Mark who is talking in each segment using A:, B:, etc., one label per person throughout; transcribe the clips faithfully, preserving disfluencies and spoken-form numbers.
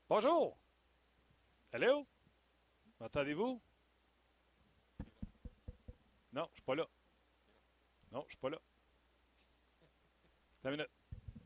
A: Bonjour. Allô? M'entendez-vous? Non, je suis pas là. Non, je suis pas là. C'est une minute.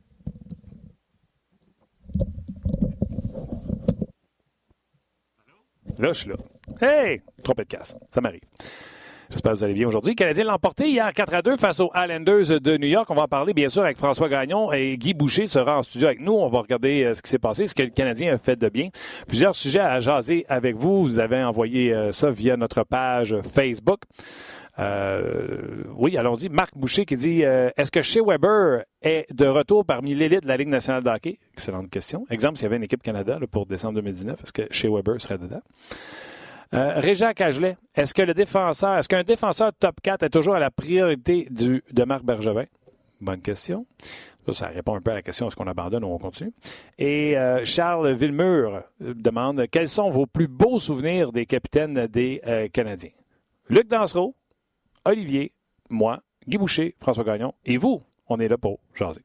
A: Là, je suis là. Hey! Trompette de casse. Ça m'arrive. J'espère que vous allez bien aujourd'hui. Le Canadien l'a emporté hier quatre à deux face aux Islanders de New York. On va en parler bien sûr avec François Gagnon et Guy Boucher sera en studio avec nous. On va regarder euh, ce qui s'est passé, ce que le Canadien a fait de bien. Plusieurs sujets à jaser avec vous. Vous avez envoyé euh, ça via notre page Facebook. Euh, oui, allons-y. Marc Boucher qui dit euh, est-ce que Shea Weber est de retour parmi l'élite de la Ligue nationale de hockey? Excellente question. Exemple, s'il y avait une équipe Canada là, pour décembre deux mille dix-neuf, est-ce que Shea Weber serait dedans? Euh, Régent Cagelet, est-ce que le défenseur, est-ce qu'un défenseur top quatre est toujours à la priorité du, de Marc Bergevin? Bonne question. Ça, ça répond un peu à la question est-ce qu'on abandonne ou on continue. Et euh, Charles Villemur demande quels sont vos plus beaux souvenirs des capitaines des euh, Canadiens? Luc Dansereau, Olivier, moi, Guy Boucher, François Gagnon et vous, on est là pour jaser.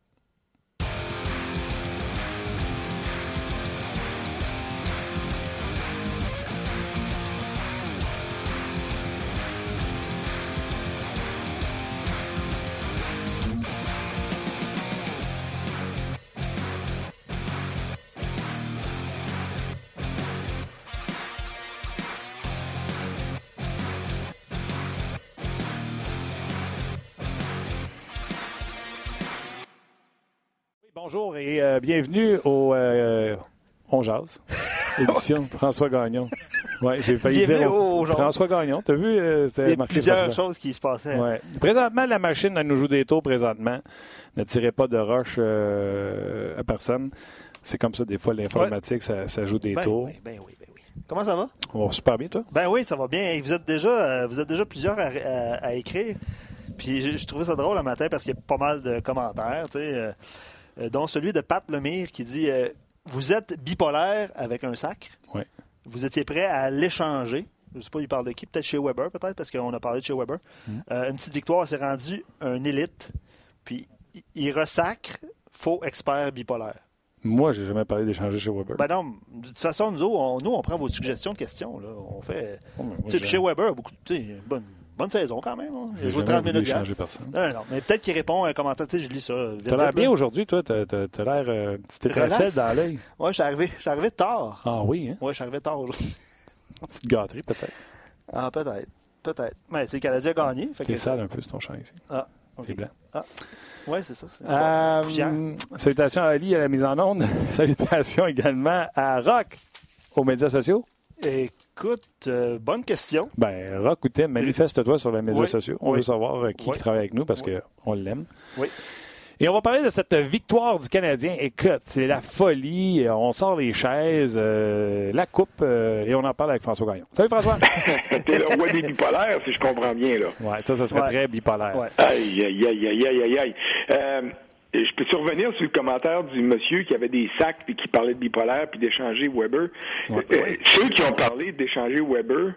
A: Bonjour et euh, bienvenue au euh, On Jase, édition François Gagnon. Ouais, j'ai failli
B: bienvenue
A: dire au,
B: au,
A: François Gagnon. T'as vu? Euh,
B: Il y a
A: marqué
B: plusieurs
A: François.
B: choses qui se passaient.
A: Ouais. Présentement, la machine, elle nous joue des tours présentement. Ne tirez pas de rush euh, à personne. C'est comme ça, des fois, l'informatique, ouais. ça, ça joue des
B: ben,
A: tours.
B: Oui, ben oui, ben oui. Comment ça va?
A: On va super bien, toi?
B: Ben oui, ça va bien. Vous êtes déjà, euh, vous êtes déjà plusieurs à, à, à écrire. Puis je, je trouvais ça drôle le matin parce qu'il y a pas mal de commentaires, tu sais. Euh, Euh, dont celui de Pat Lemire qui dit euh, vous êtes bipolaire avec un sac.
A: Oui.
B: Vous étiez prêt à l'échanger. Je ne sais pas, il parle de qui. Peut-être chez Weber, peut-être, parce qu'on a parlé de chez Weber. Mm. Euh, une petite victoire s'est rendue un élite. Puis il ressacre faux expert bipolaire.
A: Moi, j'ai jamais parlé d'échanger chez Weber.
B: Ben non, de toute façon, nous, on, nous, on prend vos suggestions de questions. Là. On fait. Oh, moi, chez Weber, beaucoup de. Bonne, bonne saison quand même. Hein.
A: J'ai joué trente minutes. Changer personne.
B: Non, non, mais peut-être qu'il répond à un commentaire. Tu sais, je lis ça.
A: T'as l'air bien aujourd'hui, toi. T'as, t'as, t'as l'air. Euh, tu étincelle dans l'œil.
B: Oui, je suis arrivé, je suis arrivé tard.
A: Ah oui, hein?
B: Oui, je suis arrivé tard aujourd'hui.
A: Petite gâterie, peut-être.
B: Ah, peut-être. Peut-être. Mais tu sais, le Canadien a gagné. Fait
A: T'es
B: que...
A: sale un peu sur ton champ ici.
B: Ah, okay.
A: T'es blanc.
B: Ah. Oui, c'est ça. C'est
A: euh, salutations à Ali à la mise en onde. Salutations également à Rock aux médias sociaux.
B: Écoute, euh, bonne question.
A: Ben, Rock ou Tim, manifeste-toi sur les médias oui. sociaux. On
B: oui.
A: veut savoir euh, qui,
B: oui.
A: qui travaille avec nous parce
B: oui.
A: qu'on l'aime.
B: Oui.
A: Et on va parler de cette victoire du Canadien. Écoute, c'est la folie. On sort les chaises, euh, la coupe, euh, et on en parle avec François Gagnon. Salut François!
C: T'es le roi des bipolaires, si je comprends bien, là.
A: Ouais, ça, ça serait ouais. très bipolaire.
C: Ouais. Aïe, aïe, aïe, aïe, aïe, aïe, aïe. Euh, je peux survenir sur le commentaire du monsieur qui avait des sacs puis qui parlait de bipolaire puis d'échanger Weber. Ouais. Euh, ceux qui ont parlé d'échanger Weber,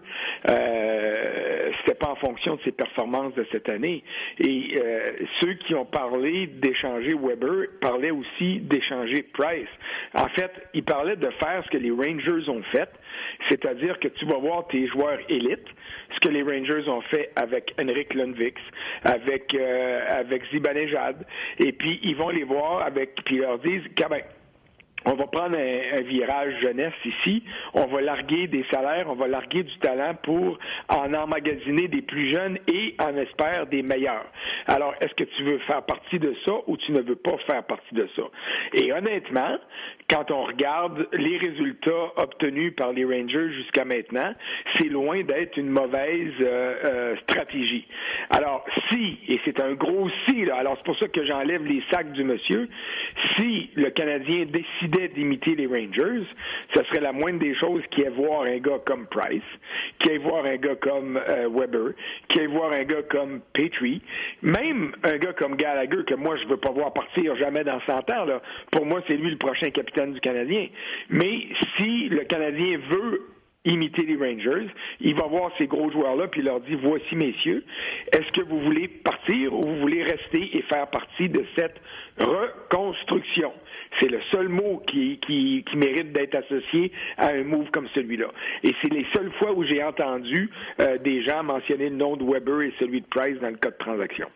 C: euh, c'était pas en fonction de ses performances de cette année. Et euh, ceux qui ont parlé d'échanger Weber parlaient aussi d'échanger Price. En fait, ils parlaient de faire ce que les Rangers ont fait, c'est-à-dire que tu vas voir tes joueurs élites, ce que les Rangers ont fait avec Henrik Lundqvist, avec euh, avec Zibanejad, et puis ils vont les voir avec, puis ils leur disent, quand ben, on va prendre un, un virage jeunesse ici, on va larguer des salaires, on va larguer du talent pour en emmagasiner des plus jeunes et en espère des meilleurs. Alors, est-ce que tu veux faire partie de ça ou tu ne veux pas faire partie de ça? Et honnêtement, quand on regarde les résultats obtenus par les Rangers jusqu'à maintenant, c'est loin d'être une mauvaise euh, euh, stratégie. Alors, si, et c'est un gros si, là, alors c'est pour ça que j'enlève les sacs du monsieur, si le Canadien décidait d'imiter les Rangers, ce serait la moindre des choses qu'il aille voir un gars comme Price, qu'il aille voir un gars comme euh, Weber, qu'il aille voir un gars comme Petrie, même un gars comme Gallagher, que moi, je veux pas voir partir jamais dans cent ans, là. Pour moi, c'est lui le prochain capitaine du Canadien. Mais si le Canadien veut imiter les Rangers. Il va voir ces gros joueurs-là, puis il leur dit, voici, messieurs, est-ce que vous voulez partir ou vous voulez rester et faire partie de cette reconstruction? C'est le seul mot qui, qui, qui mérite d'être associé à un move comme celui-là. Et c'est les seules fois où j'ai entendu euh, des gens mentionner le nom de Weber et celui de Price dans le cas de transaction.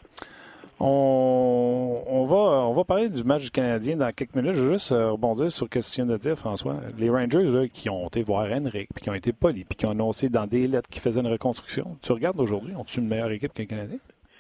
A: On, on, va, on va parler du match du Canadien dans quelques minutes. Je veux juste rebondir sur ce que tu viens de dire, François. Les Rangers là, qui ont été voir Henrik, puis qui ont été polis, puis qui ont annoncé dans des lettres qu'ils faisaient une reconstruction. Tu regardes aujourd'hui, ont-ils une meilleure équipe que le Canadien?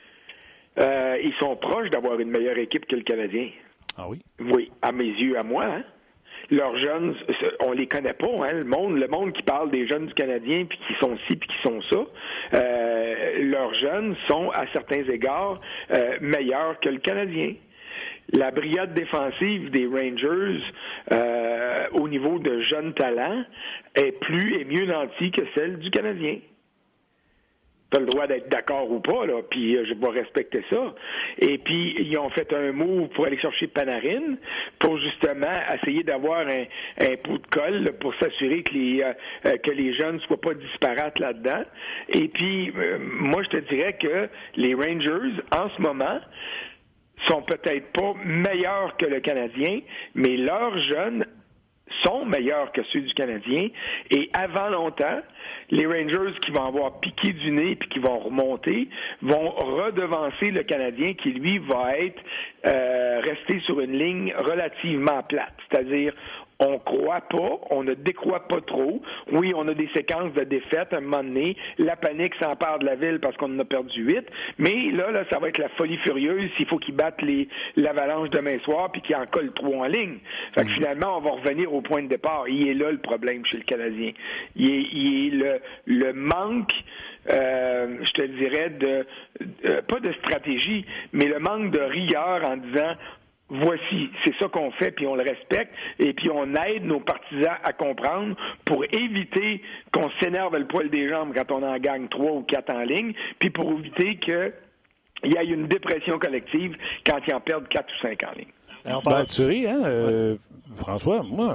C: Euh, ils sont proches d'avoir une meilleure équipe que le Canadien.
A: Ah oui?
C: Oui, à mes yeux, à moi. Hein? Leurs jeunes, on les connaît pas, hein, le monde, le monde qui parle des jeunes du Canadien, puis qui sont ci, puis qui sont ça. Euh, leurs jeunes sont, à certains égards, euh, meilleurs que le Canadien. La brigade défensive des Rangers, euh, au niveau de jeunes talents, est plus et mieux nantie que celle du Canadien. Tu as le droit d'être d'accord ou pas, là, puis euh, je vais respecter ça. Et puis, ils ont fait un move pour aller chercher Panarin, pour justement essayer d'avoir un, un pot de colle là, pour s'assurer que les euh, que les jeunes ne soient pas disparates là-dedans. Et puis, euh, moi, je te dirais que les Rangers, en ce moment, sont peut-être pas meilleurs que le Canadien, mais leurs jeunes sont meilleurs que ceux du Canadien. Et avant longtemps, les Rangers qui vont avoir piqué du nez puis qui vont remonter vont redevancer le Canadien qui, lui, va être euh, resté sur une ligne relativement plate. C'est-à-dire, on croit pas, on ne décroît pas trop. Oui, on a des séquences de défaites à un moment donné. La panique s'empare de la ville parce qu'on en a perdu huit. Mais là, là, ça va être la folie furieuse s'il faut qu'ils battent les, l'Avalanche demain soir puis qu'ils en collent trois en ligne. Fait que mmh. finalement, on va revenir au point de départ. Il est là le problème chez le Canadien. Il est, il est le, le manque... Euh, je te dirais de, de pas de stratégie, mais le manque de rigueur en disant voici, c'est ça qu'on fait, puis on le respecte, et puis on aide nos partisans à comprendre pour éviter qu'on s'énerve le poil des jambes quand on en gagne trois ou quatre en ligne, puis pour éviter qu'il y ait une dépression collective quand ils en perdent quatre ou cinq en ligne.
A: Ben, ben, tu ris, hein, euh, ouais. François, moi...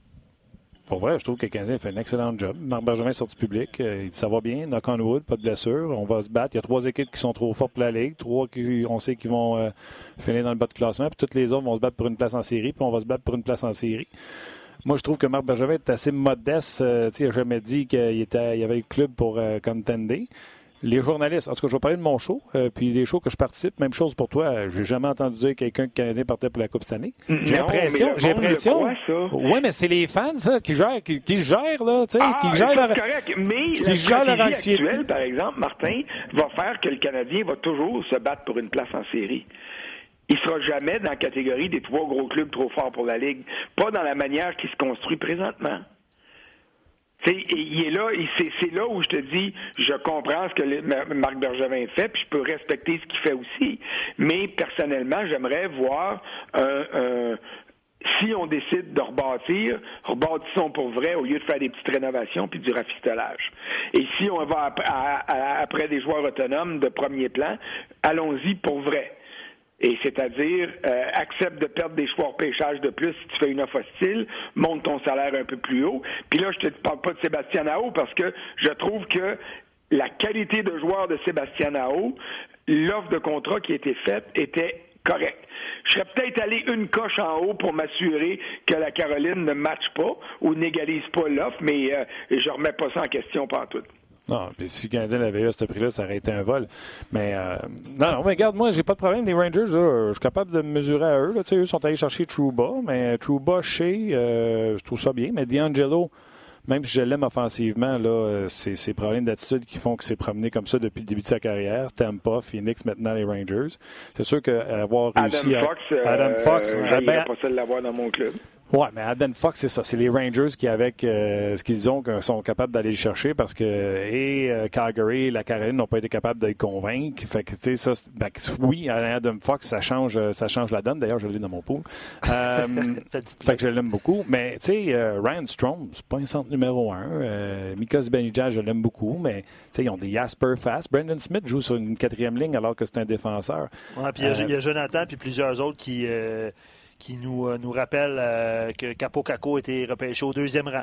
A: Pour vrai, je trouve que le Canadien fait un excellent job. Marc Bergevin est sorti public. Euh, il dit ça va bien, knock on wood, pas de blessure. On va se battre. Il y a trois équipes qui sont trop fortes pour la Ligue. Trois qui, on sait qu'ils vont euh, finir dans le bas de classement. Puis toutes les autres vont se battre pour une place en série. Puis on va se battre pour une place en série. Moi, je trouve que Marc Bergevin est assez modeste. Euh, il n'a jamais dit qu'il était, il y avait le club pour euh, contender. Les journalistes, en tout cas, je vais parler de mon show, euh, puis des shows que je participe. Même chose pour toi. J'ai jamais entendu dire que quelqu'un de Canadien partait pour la Coupe cette année. J'ai l'impression. J'ai l'impression. Oui, mais c'est les fans, ça, qui gèrent, qui, qui gèrent, là, tu sais,
C: ah,
A: qui gèrent leur.
C: Correct. Mais
A: qui
C: la
A: gèrent leur
C: anxiété actuelle, par exemple, Martin, va faire que le Canadien va toujours se battre pour une place en série. Il ne sera jamais dans la catégorie des trois gros clubs trop forts pour la Ligue. Pas dans la manière qui se construit présentement. T'sais, il est là, c'est, c'est là où je te dis, je comprends ce que le, Marc Bergevin fait, puis je peux respecter ce qu'il fait aussi. Mais personnellement, j'aimerais voir un, un si on décide de rebâtir, rebâtissons pour vrai au lieu de faire des petites rénovations puis du rafistolage. Et si on va ap- à, à, après des joueurs autonomes de premier plan, allons-y pour vrai. Et c'est-à-dire, euh, accepte de perdre des choix au pêchage de plus si tu fais une offre hostile, monte ton salaire un peu plus haut. Puis là, je te parle pas de Sébastien Aho parce que je trouve que la qualité de joueur de Sébastien Aho, l'offre de contrat qui a été faite était correcte. Je serais peut-être allé une coche en haut pour m'assurer que la Caroline ne matche pas ou n'égalise pas l'offre, mais euh, je remets pas ça en question pantoute.
A: Non, puis si le Canadien l'avait eu à ce prix-là, ça aurait été un vol. Mais euh, non, non, mais regarde, moi, j'ai pas de problème. Les Rangers, là, je suis capable de me mesurer à eux. Là. Eux sont allés chercher Trouba, mais Trouba, chez, euh, je trouve ça bien. Mais D'Angelo, même si je l'aime offensivement, là, c'est ses problèmes d'attitude qui font qu'il s'est promené comme ça depuis le début de sa carrière. Tampa, Phoenix, maintenant les Rangers. C'est sûr qu'avoir réussi
C: Adam Fox,
A: à... Adam Fox,
C: euh,
A: euh,
C: ben, pas ça de l'avoir dans mon club.
A: Oui, mais Adam Fox, c'est ça. C'est les Rangers qui, avec euh, ce qu'ils ont, sont capables d'aller le chercher parce que et euh, Calgary et la Caroline n'ont pas été capables de le convaincre. Fait que, tu sais, ça, ben, oui, Adam Fox, ça change, ça change la donne. D'ailleurs, je l'ai dans mon pool. Euh, fait que je l'aime beaucoup. Mais, tu sais, euh, Ryan Strome, c'est pas un centre numéro un. Euh, Mika Zibanejad, je l'aime beaucoup. Mais, tu sais, ils ont des Jasper Fast. Brandon Smith joue sur une quatrième ligne alors que c'est un défenseur.
B: Ouais, puis il euh, y, y a Jonathan puis plusieurs autres qui... Euh... qui nous, euh, nous rappelle euh, que Capo Caco a été repêché au deuxième rang.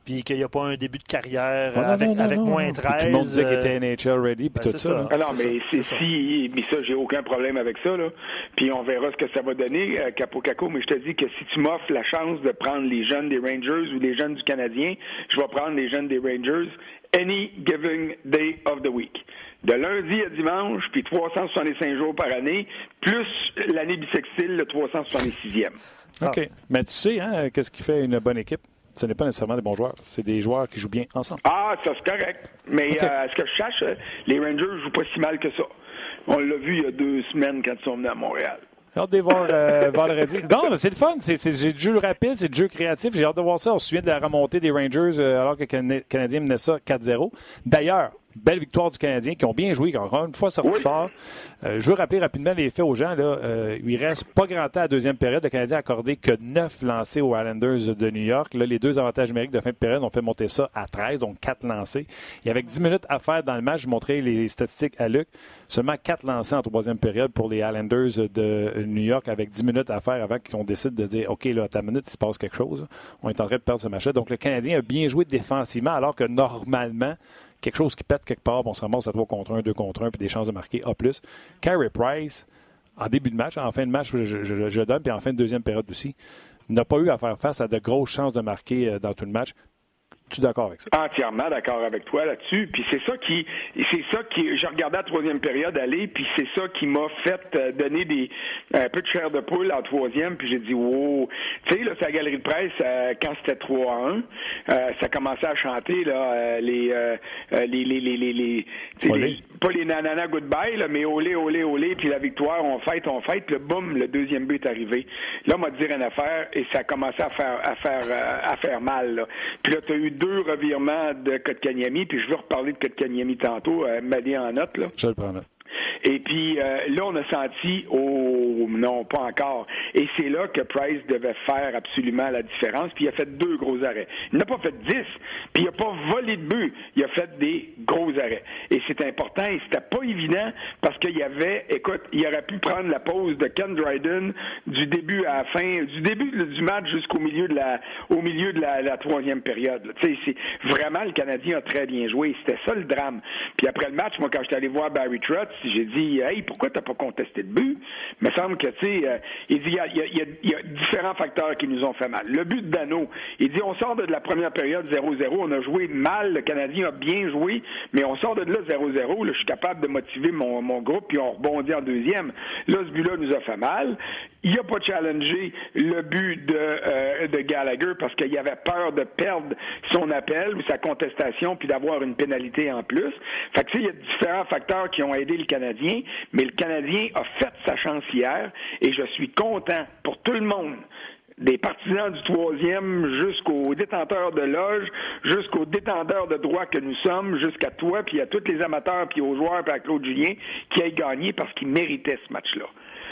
B: puis qu'il n'y a pas un début de carrière
A: oh, non,
B: avec,
A: non, non,
B: avec
A: non,
B: moins
A: non.
B: treize.
A: Tout le monde disait qu'il
B: euh...
A: était N H L ready, puis
B: ben,
A: tout
B: ça.
A: ça.
C: Ah non, mais c'est,
B: c'est
C: si, mais ça, j'ai aucun problème avec ça, là. Puis on verra ce que ça va donner, euh, Capo Caco, mais je te dis que si tu m'offres la chance de prendre les jeunes des Rangers ou les jeunes du Canadien, je vais prendre les jeunes des Rangers any given day of the week. De lundi à dimanche, puis trois cent soixante-cinq jours par année, plus l'année bissextile, le trois cent soixante-sixième.
A: OK.
B: Ah.
A: Mais tu sais, hein, qu'est-ce qui fait une bonne équipe? Ce n'est pas nécessairement des bons joueurs. C'est des joueurs qui jouent bien ensemble.
C: Ah, ça, c'est correct. Mais
A: okay.
C: euh, ce que je sache, les Rangers jouent pas si mal que ça. On l'a vu il y a deux semaines quand ils sont venus à Montréal.
A: J'ai hâte de voir euh, vendredi. Non, mais c'est le fun. C'est, c'est, c'est du jeu rapide, c'est du jeu créatif. J'ai hâte de voir ça. On se souvient de la remontée des Rangers euh, alors que le Canadien menait ça quatre zéro. D'ailleurs, belle victoire du Canadien qui ont bien joué, qui ont encore une fois sorti oui. fort. Euh, je veux rappeler rapidement les faits aux gens. Là. Euh, il reste pas grand temps à la deuxième période. Le Canadien a accordé que neuf lancés aux Islanders de New York. Là, les deux avantages numériques de fin de période ont fait monter ça à treize, donc quatre lancés. Et avec dix minutes à faire dans le match, je montrais les statistiques à Luc. Seulement quatre lancés en troisième période pour les Islanders de New York avec dix minutes à faire avant qu'on décide de dire « OK, là, à ta minute, il se passe quelque chose. » On est en train de perdre ce match-là. Donc, le Canadien a bien joué défensivement alors que normalement, quelque chose qui pète quelque part, on se ramasse à trois contre un, deux contre un, puis des chances de marquer A plus. Carey Price, en début de match, en fin de match, je, je, je donne, puis en fin de deuxième période aussi, n'a pas eu à faire face à de grosses chances de marquer dans tout le match. Tu es d'accord avec ça?
C: Entièrement d'accord avec toi là-dessus. Puis c'est ça qui, c'est ça qui, je regardais la troisième période aller, puis c'est ça qui m'a fait euh, donner des un peu de chair de poule en troisième. Puis j'ai dit wow, tu sais là, c'est la galerie de presse euh, quand c'était trois à un, euh, ça commençait à chanter là euh, les, euh, les les les les les, les pas les nanana goodbye là, mais olé olé olé, puis la victoire, on fête, on fête, puis le boum, le deuxième but est arrivé. Là, on m'a dit une affaire et ça a commencé à faire à faire euh, à faire mal. Là. Puis là, tu as eu deux revirements de Kotkaniemi, puis je veux reparler de Kotkaniemi tantôt, euh, Mali en note. Là.
A: Je le prends là.
C: Et puis euh, là, on a senti, oh non, pas encore. Et c'est là que Price devait faire absolument la différence. Puis il a fait deux gros arrêts. Il n'a pas fait dix, puis il n'a pas volé de but. Il a fait des gros arrêts. Et c'est important, et c'était pas évident parce qu'il y avait, écoute, il aurait pu prendre la pause de Ken Dryden du début à la fin, du début du match jusqu'au milieu de la, au milieu de la, la troisième période. Tu sais, c'est vraiment le Canadien a très bien joué. C'était ça le drame. Puis après le match, moi, quand j'étais allé voir Barry Trotz, j'ai dit « Hey, pourquoi t'as pas contesté de but? » Il me semble que, tu sais, euh, il dit, il y a, il y, a, il y a différents facteurs qui nous ont fait mal. Le but de Dano, il dit, on sort de la première période zéro zéro, on a joué mal, le Canadien a bien joué, mais on sort de là zéro zéro, là, je suis capable de motiver mon, mon groupe, puis on rebondit en deuxième. Là, ce but-là nous a fait mal. Il n'a pas challengé le but de, euh, de Gallagher parce qu'il avait peur de perdre son appel ou sa contestation puis d'avoir une pénalité en plus. Fait que, tu sais, il y a différents facteurs qui ont aidé le Canadien, mais le Canadien a fait sa chance hier et je suis content pour tout le monde. Des partisans du troisième jusqu'aux détenteurs de loge, jusqu'aux détenteurs de droit que nous sommes, jusqu'à toi, puis à tous les amateurs, puis aux joueurs, puis à Claude Julien, qui aient gagné parce qu'ils méritaient ce match-là.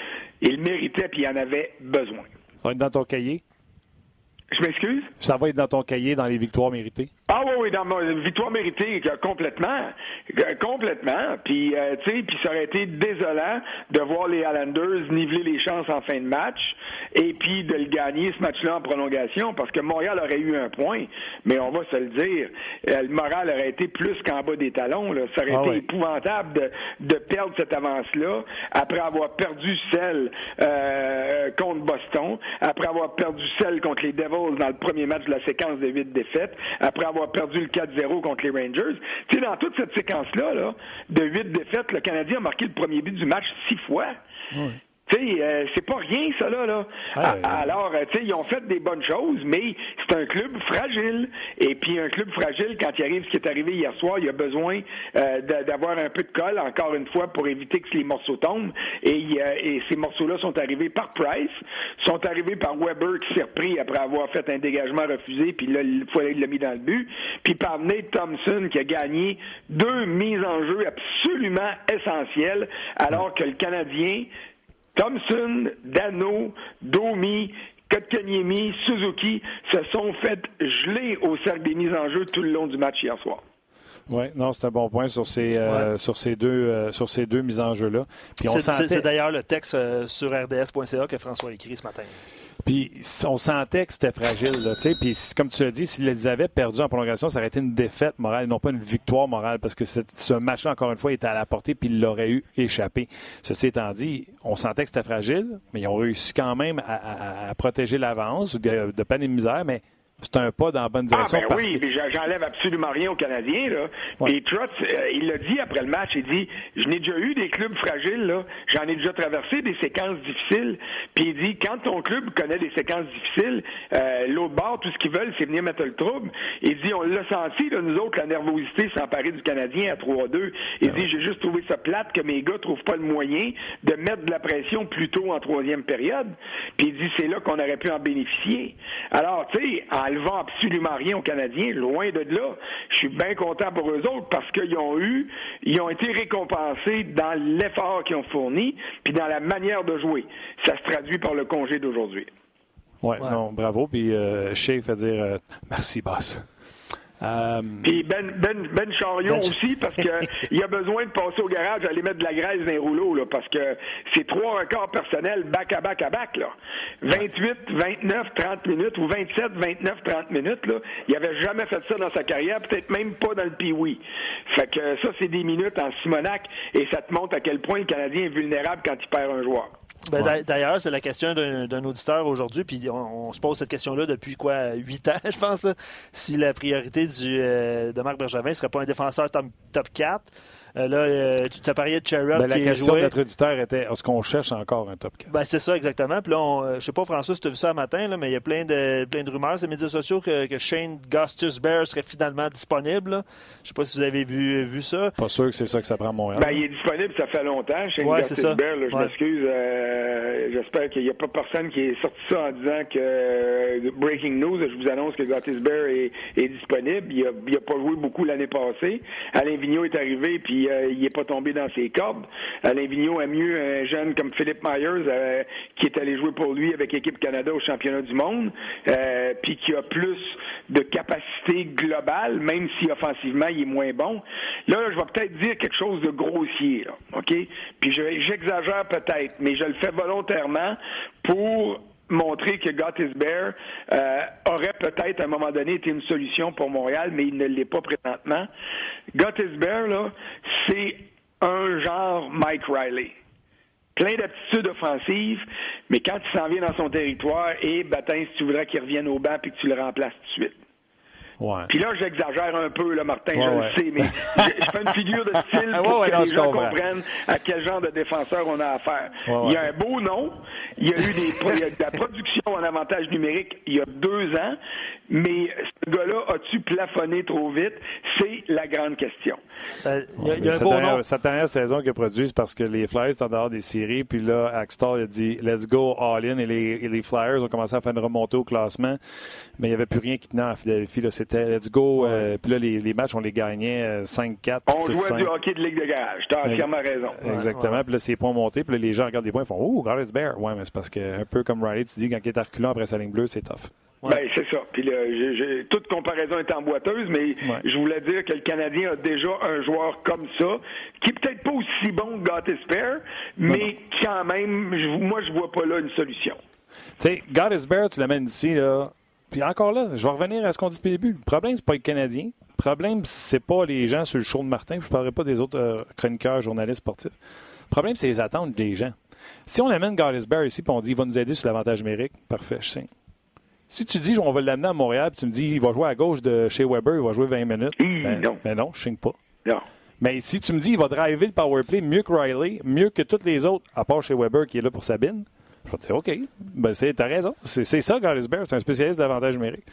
C: Il méritait, puis il en avait besoin.
A: Ça va être dans ton cahier?
C: Je m'excuse?
A: Ça va être dans ton cahier, dans les victoires méritées?
C: Ah oui, oui, dans ma victoire méritée, complètement. Complètement. Puis, euh, tu sais, puis ça aurait été désolant de voir les Islanders niveler les chances en fin de match et puis de le gagner, ce match-là, en prolongation, parce que Montréal aurait eu un point, mais on va se le dire, euh, le moral aurait été plus qu'en bas des talons. Là. Ça aurait ah été oui. épouvantable de, de perdre cette avance-là après avoir perdu celle euh, contre Boston, après avoir perdu celle contre les Devils dans le premier match de la séquence de huit défaites, après avoir perdu le quatre zéro contre les Rangers. Tu sais, dans toute cette séquence-là, là, de huit défaites, le Canadien a marqué le premier but du match six fois. Oui. Tu sais, euh, c'est pas rien, ça, là. là. Ah, à, alors, tu sais, ils ont fait des bonnes choses, mais c'est un club fragile. Et puis, un club fragile, quand il arrive ce qui est arrivé hier soir, il a besoin euh, de, d'avoir un peu de colle, encore une fois, pour éviter que les morceaux tombent. Et, euh, et ces morceaux-là sont arrivés par Price, sont arrivés par Weber, qui s'est repris après avoir fait un dégagement refusé, puis là, il, il l'a mis dans le but. Puis par Nate Thompson, qui a gagné deux mises en jeu absolument essentielles, alors que le Canadien... Thompson, Dano, Domi, Kotkaniemi, Suzuki se sont fait geler au cercle des mises en jeu tout le long du match hier soir.
A: Oui, non, c'est un bon point sur ces, euh, ouais. sur ces, deux, euh, sur ces deux mises en jeu-là. Puis on
B: c'est,
A: sentait...
B: c'est, c'est d'ailleurs le texte euh, sur R D S point C A que François a écrit ce matin.
A: Puis on sentait que c'était fragile. Là, puis comme tu l'as dit, s'ils les avaient perdus en prolongation, ça aurait été une défaite morale, non pas une victoire morale, parce que ce match-là, encore une fois, était à la portée, puis il l'aurait eu échappé. Ceci étant dit, on sentait que c'était fragile, mais ils ont réussi quand même à, à, à protéger l'avance de, de peine et de misère, mais c'est un pas dans la bonne direction.
C: Ah, ben oui, que... mais j'enlève absolument rien aux Canadiens, là. Ouais. Puis Trotz, euh, il l'a dit après le match, il dit, je n'ai déjà eu des clubs fragiles, là. J'en ai déjà traversé des séquences difficiles. Puis il dit, quand ton club connaît des séquences difficiles, euh, l'autre bord, tout ce qu'ils veulent, c'est venir mettre le trouble. Il dit, on l'a senti, là, nous autres, la nervosité s'emparer du Canadien à trois deux. Il ouais. dit, j'ai juste trouvé ça plate que mes gars trouvent pas le moyen de mettre de la pression plus tôt en troisième période. Puis il dit, c'est là qu'on aurait pu en bénéficier. Alors, tu sais, en levant absolument rien aux Canadiens, loin de là. Je suis bien content pour eux autres parce qu'ils ont eu, ils ont été récompensés dans l'effort qu'ils ont fourni puis dans la manière de jouer. Ça se traduit par le congé d'aujourd'hui.
A: Ouais, ouais. non, bravo. Puis euh, Shea fait dire euh, merci, boss.
C: Euh... Puis Ben, ben, ben Chariot ben... aussi, parce qu'il a besoin de passer au garage, aller mettre de la graisse dans les rouleaux, là, parce que c'est trois records personnels back à back à back, là. vingt-huit, vingt-neuf, trente minutes, ou vingt-sept, vingt-neuf, trente minutes, là. Il n'avait jamais fait ça dans sa carrière, peut-être même pas dans le Pee-Wee. Fait que ça, c'est des minutes en Simonac, et ça te montre à quel point le Canadien est vulnérable quand il perd un joueur.
B: Ben, ouais. D'ailleurs, c'est la question d'un, d'un auditeur aujourd'hui, puis on, on se pose cette question-là depuis quoi, huit ans, je pense, là, si la priorité du, euh, de Marc Bergevin ne serait pas un défenseur top, top quatre. Euh, là, euh, tu t'as parlé de Sherrod
A: ben, la
B: qui
A: question
B: jouait...
A: de notre auditeur était, est-ce qu'on cherche encore un top quatre?
B: Ben, c'est ça, exactement. Puis là, on, euh, je sais pas, François, si tu as vu ça un matin, là, mais il y a plein de, plein de rumeurs sur les médias sociaux que, que Shane Gostisbehere serait finalement disponible. Là. Je sais pas si vous avez vu, vu ça.
A: Pas sûr que c'est ça que ça prend à Montréal.
C: Ben, il est disponible, ça fait longtemps. Shane
B: ouais,
C: Gostisbehere, là, je
B: ouais.
C: m'excuse. Euh, j'espère qu'il n'y a pas personne qui est sorti ça en disant que euh, breaking news, je vous annonce que Gostisbehere est, est disponible. Il a, il a pas joué beaucoup l'année passée. Alain Vigneault est arrivé, puis euh, il n'est pas tombé dans ses cordes. Alain Vigneault a mieux un jeune comme Philippe Myers euh, qui est allé jouer pour lui avec l'équipe Canada au championnat du monde, euh, puis qui a plus de capacité globale, même si offensivement il est moins bon. Là, je vais peut-être dire quelque chose de grossier, là, OK? Puis je, j'exagère peut-être, mais je le fais volontairement pour montrer que Gostisbehere euh, aurait peut-être à un moment donné été une solution pour Montréal, mais il ne l'est pas présentement. Gostisbehere, là, c'est un genre Mike Riley. Plein d'aptitudes offensives, mais quand il s'en vient dans son territoire, et bâtin, si tu voudrais qu'il revienne au banc puis que tu le remplaces tout de suite.
A: Ouais.
C: Puis là, j'exagère un peu, là, Martin,
A: ouais,
C: je
A: ouais.
C: le sais, mais je, je fais une figure de style pour
A: ouais, ouais,
C: que
A: non,
C: les gens
A: comprends.
C: comprennent à quel genre de défenseur on a affaire.
A: Ouais, ouais.
C: Il y a un beau nom, il y a eu des, il y a de la production en avantage numérique il y a deux ans, mais ce gars-là, a-tu plafonné trop vite? C'est la grande question.
B: Euh, il y a, il y a un
A: sa,
B: beau
A: dernière,
B: nom.
A: sa dernière saison qu'il a produit, c'est parce que les Flyers étaient en dehors des séries, puis là, Axtell a dit « Let's go all-in », et les, et les Flyers ont commencé à faire une remontée au classement, mais il n'y avait plus rien qui tenait en Philadelphie. Là, c'était « Let's go euh, », puis là, les, les matchs, on les gagnait euh, cinq quatre,
C: on
A: six cinq.
C: jouait du hockey de ligue de garage, tu as entièrement raison.
A: Exactement,
B: ouais.
A: Puis là, c'est points montés, puis là, les gens regardent les points, ils font « Oh, Gostisbehere ». Ouais, mais c'est parce que, un peu comme Riley, tu dis, quand il est à reculant après sa ligne bleue, c'est tough.
C: Ouais. Ben, c'est ça. Puis là, j'ai, j'ai, toute comparaison est emboîteuse, mais
A: ouais.
C: je voulais dire que le Canadien a déjà un joueur comme ça, qui est peut-être pas aussi bon que Gostisbehere, mais non, non. quand même, je, moi, je vois pas là une solution.
A: Tu sais, Gostisbehere, tu l'amènes ici, là. Puis encore là, je vais revenir à ce qu'on dit depuis le début. Le problème, c'est pas le Canadien. Le problème, c'est pas les gens sur le show de Martin. Je ne parlerai pas des autres euh, chroniqueurs, journalistes sportifs. Le problème, c'est les attentes des gens. Si on amène Gostisbehere ici et on dit qu'il va nous aider sur l'avantage numérique, parfait, je signe. Si tu dis on va l'amener à Montréal puis tu me dis il va jouer à gauche de chez Weber, il va jouer vingt minutes,
C: mmh,
A: ben
C: non.
A: ben non, je signe pas.
C: Non.
A: Mais si tu me dis il va driver le powerplay mieux que Riley, mieux que tous les autres, à part chez Weber qui est là pour Sabine, je vais te dire OK, ben c'est, t'as raison. C'est, c'est ça, Gostisbehere, c'est un spécialiste d'avantage numérique.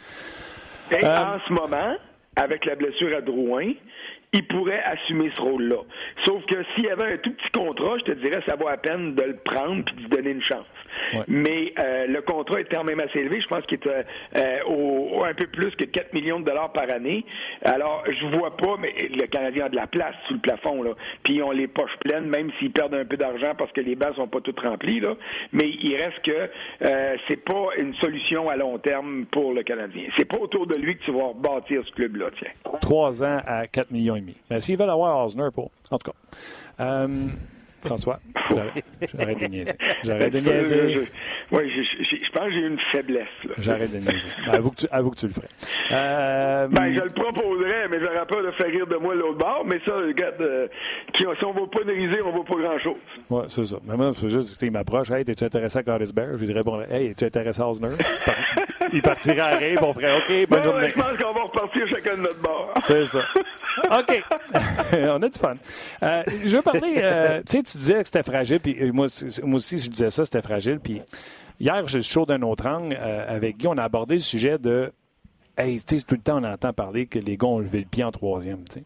C: Et
A: euh,
C: en ce moment, avec la blessure à Drouin, il pourrait assumer ce rôle-là. Sauf que s'il y avait un tout petit contrat, je te dirais ça vaut la peine de le prendre et de lui donner une chance. Ouais. Mais euh, le contrat est quand même assez élevé. Je pense qu'il est euh, au, au un peu plus que quatre millions de dollars par année. Alors, je vois pas, mais le Canadien a de la place sous le plafond, là. Puis ils ont les poches pleines, même s'ils perdent un peu d'argent parce que les bancs sont pas toutes remplis, là. Mais il reste que euh, c'est pas une solution à long terme pour le Canadien. C'est pas autour de lui que tu vas bâtir ce club-là, tiens.
A: Trois ans à quatre millions et demi. Mais s'ils veulent avoir Osner, pour. En tout cas. Euh, François, j'arrête, j'arrête de niaiser. J'arrête de niaiser.
C: Oui, je pense que j'ai une faiblesse. Là.
A: J'arrête de niaiser. Avoue que tu, avoue que tu le ferais. Euh,
C: ben, je le proposerais, mais j'aurais peur de faire rire de moi de l'autre bord. Mais ça, regarde, euh, si on ne va pas nériser, on ne va pas grand-chose.
A: Oui, c'est ça. Mais moi, c'est juste, il m'approche. Hey, es-tu intéressé à Curtis Bear? Je lui dirais, bon, hey, es-tu intéressé à Osner? Il partirait à rire, on ferait OK, bonne
C: bon,
A: journée.
C: Je pense qu'on va repartir chacun de notre bord.
A: C'est ça. OK. On a du fun. Euh, je veux parler, euh, tu sais, tu disais que c'était fragile, puis moi, moi aussi, je disais ça, c'était fragile, puis hier, j'ai le show d'un autre angle euh, avec Guy, on a abordé le sujet de, hey, tu sais, tout le temps, on entend parler que les gars ont levé le pied en troisième, tu sais.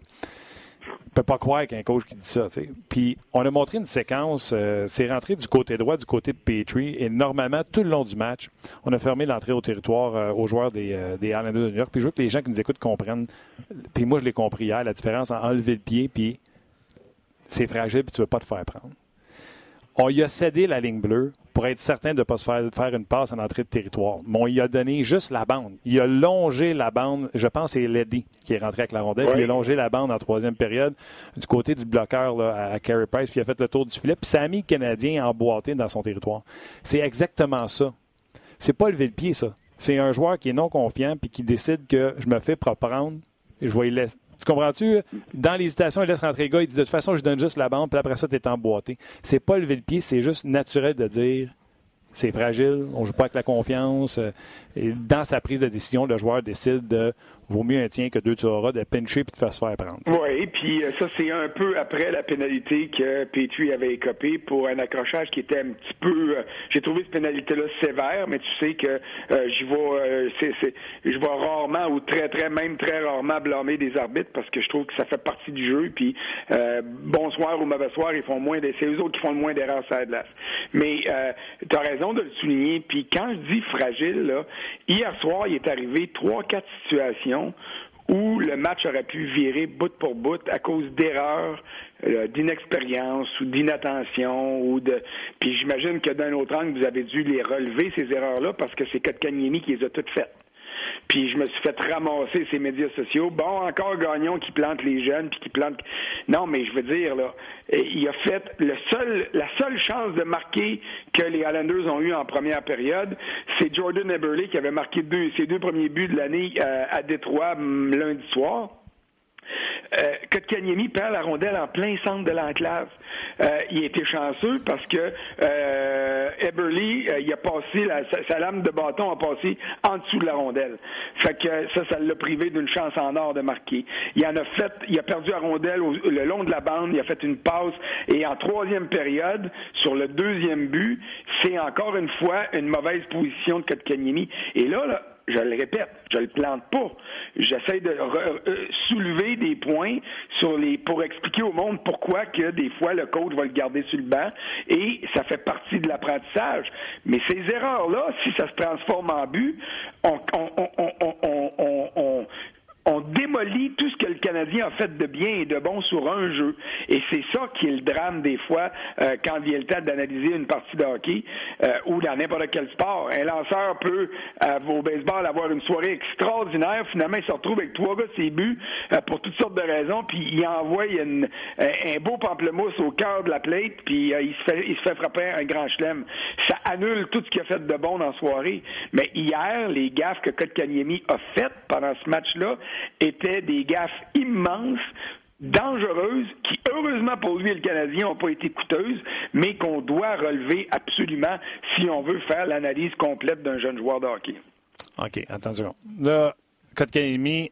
A: On ne peut pas croire qu'il y a un coach qui dit ça. T'sais. Puis, on a montré une séquence. Euh, c'est rentré du côté droit, du côté de Petrie. Et normalement, tout le long du match, on a fermé l'entrée au territoire euh, aux joueurs des, euh, des Islanders de New York. Puis, je veux que les gens qui nous écoutent comprennent. Puis, moi, je l'ai compris hier, la différence entre enlever le pied, puis c'est fragile, puis tu ne veux pas te faire prendre. On y a cédé la ligne bleue pour être certain de ne pas se faire, faire une passe en entrée de territoire. Mais on y a donné juste la bande. Il a longé la bande. Je pense que c'est Leddy qui est rentré avec la rondelle. Oui. Il a longé la bande en troisième période du côté du bloqueur là, à Carey Price, puis il a fait le tour du filet. Puis ça a mis le Canadien emboîté dans son territoire. C'est exactement ça. C'est pas lever le pied, ça. C'est un joueur qui est non confiant puis qui décide que je me fais pas prendre et je vais y laisser. Tu comprends-tu? Dans l'hésitation, il laisse rentrer le gars. Il dit de toute façon, je donne juste la bande, puis après ça, tu es emboîté. C'est pas lever le pied, c'est juste naturel de dire c'est fragile, on joue pas avec la confiance. Et dans sa prise de décision, le joueur décide de vaut mieux un tien que deux tu auras, de pincher puis de faire se faire prendre.
C: Oui, puis ça, c'est un peu après la pénalité que Petrie avait écopée pour un accrochage qui était un petit peu... Euh, j'ai trouvé cette pénalité-là sévère, mais tu sais que euh, j'y vais, euh, c'est, c'est, je vais rarement ou très, très, même très rarement blâmer des arbitres parce que je trouve que ça fait partie du jeu, puis euh, bonsoir ou mauvais soir, ils font moins de, c'est eux autres qui font le moins d'erreurs sur la glace. Mais euh, tu as raison de le souligner, puis quand je dis fragile, là, hier soir, il est arrivé trois, quatre situations où le match aurait pu virer bout pour bout à cause d'erreurs, euh, d'inexpérience ou d'inattention ou de. Puis j'imagine que d'un autre angle, vous avez dû les relever, ces erreurs-là, parce que c'est Kotkaniemi qui les a toutes faites. Puis je me suis fait ramasser ces médias sociaux. Bon, encore Gagnon qui plante les jeunes, puis qui plante... Non, mais je veux dire, là, il a fait le seul, la seule chance de marquer que les Islanders ont eu en première période, c'est Jordan Eberle qui avait marqué deux, ses deux premiers buts de l'année euh, à Détroit lundi soir. Euh, Kotkaniemi perd la rondelle en plein centre de l'enclave. Euh, il a été chanceux parce que euh, Eberle, euh, il a passé la, sa, sa lame de bâton a passé en dessous de la rondelle. Fait que ça, ça l'a privé d'une chance en or de marquer. Il en a fait, il a perdu la rondelle au, le long de la bande, il a fait une passe et en troisième période, sur le deuxième but, c'est encore une fois une mauvaise position de Kotkaniemi. Et là, là, je le répète, je le plante pas. J'essaie de re- euh, soulever des points sur les pour expliquer au monde pourquoi que des fois le coach va le garder sur le banc et ça fait partie de l'apprentissage. Mais ces erreurs-là, si ça se transforme en but, on, on, on, on, on, on, on on démolit tout ce que le Canadien a fait de bien et de bon sur un jeu. Et c'est ça qui est le drame des fois euh, quand vient le temps d'analyser une partie de hockey euh, ou dans n'importe quel sport. Un lanceur peut, euh, au baseball, avoir une soirée extraordinaire. Finalement, il se retrouve avec trois gars de ses buts euh, pour toutes sortes de raisons, puis il envoie une, un, un beau pamplemousse au cœur de la plate, puis euh, il, se fait, il se fait frapper un grand chelem. Ça annule tout ce qu'il a fait de bon dans la soirée. Mais hier, les gaffes que Kotkaniemi a faites pendant ce match-là étaient des gaffes immenses, dangereuses, qui, heureusement pour lui et le Canadien, n'ont pas été coûteuses, mais qu'on doit relever absolument si on veut faire l'analyse complète d'un jeune joueur de hockey.
A: OK, attends une seconde. Là, Kotkaniemi,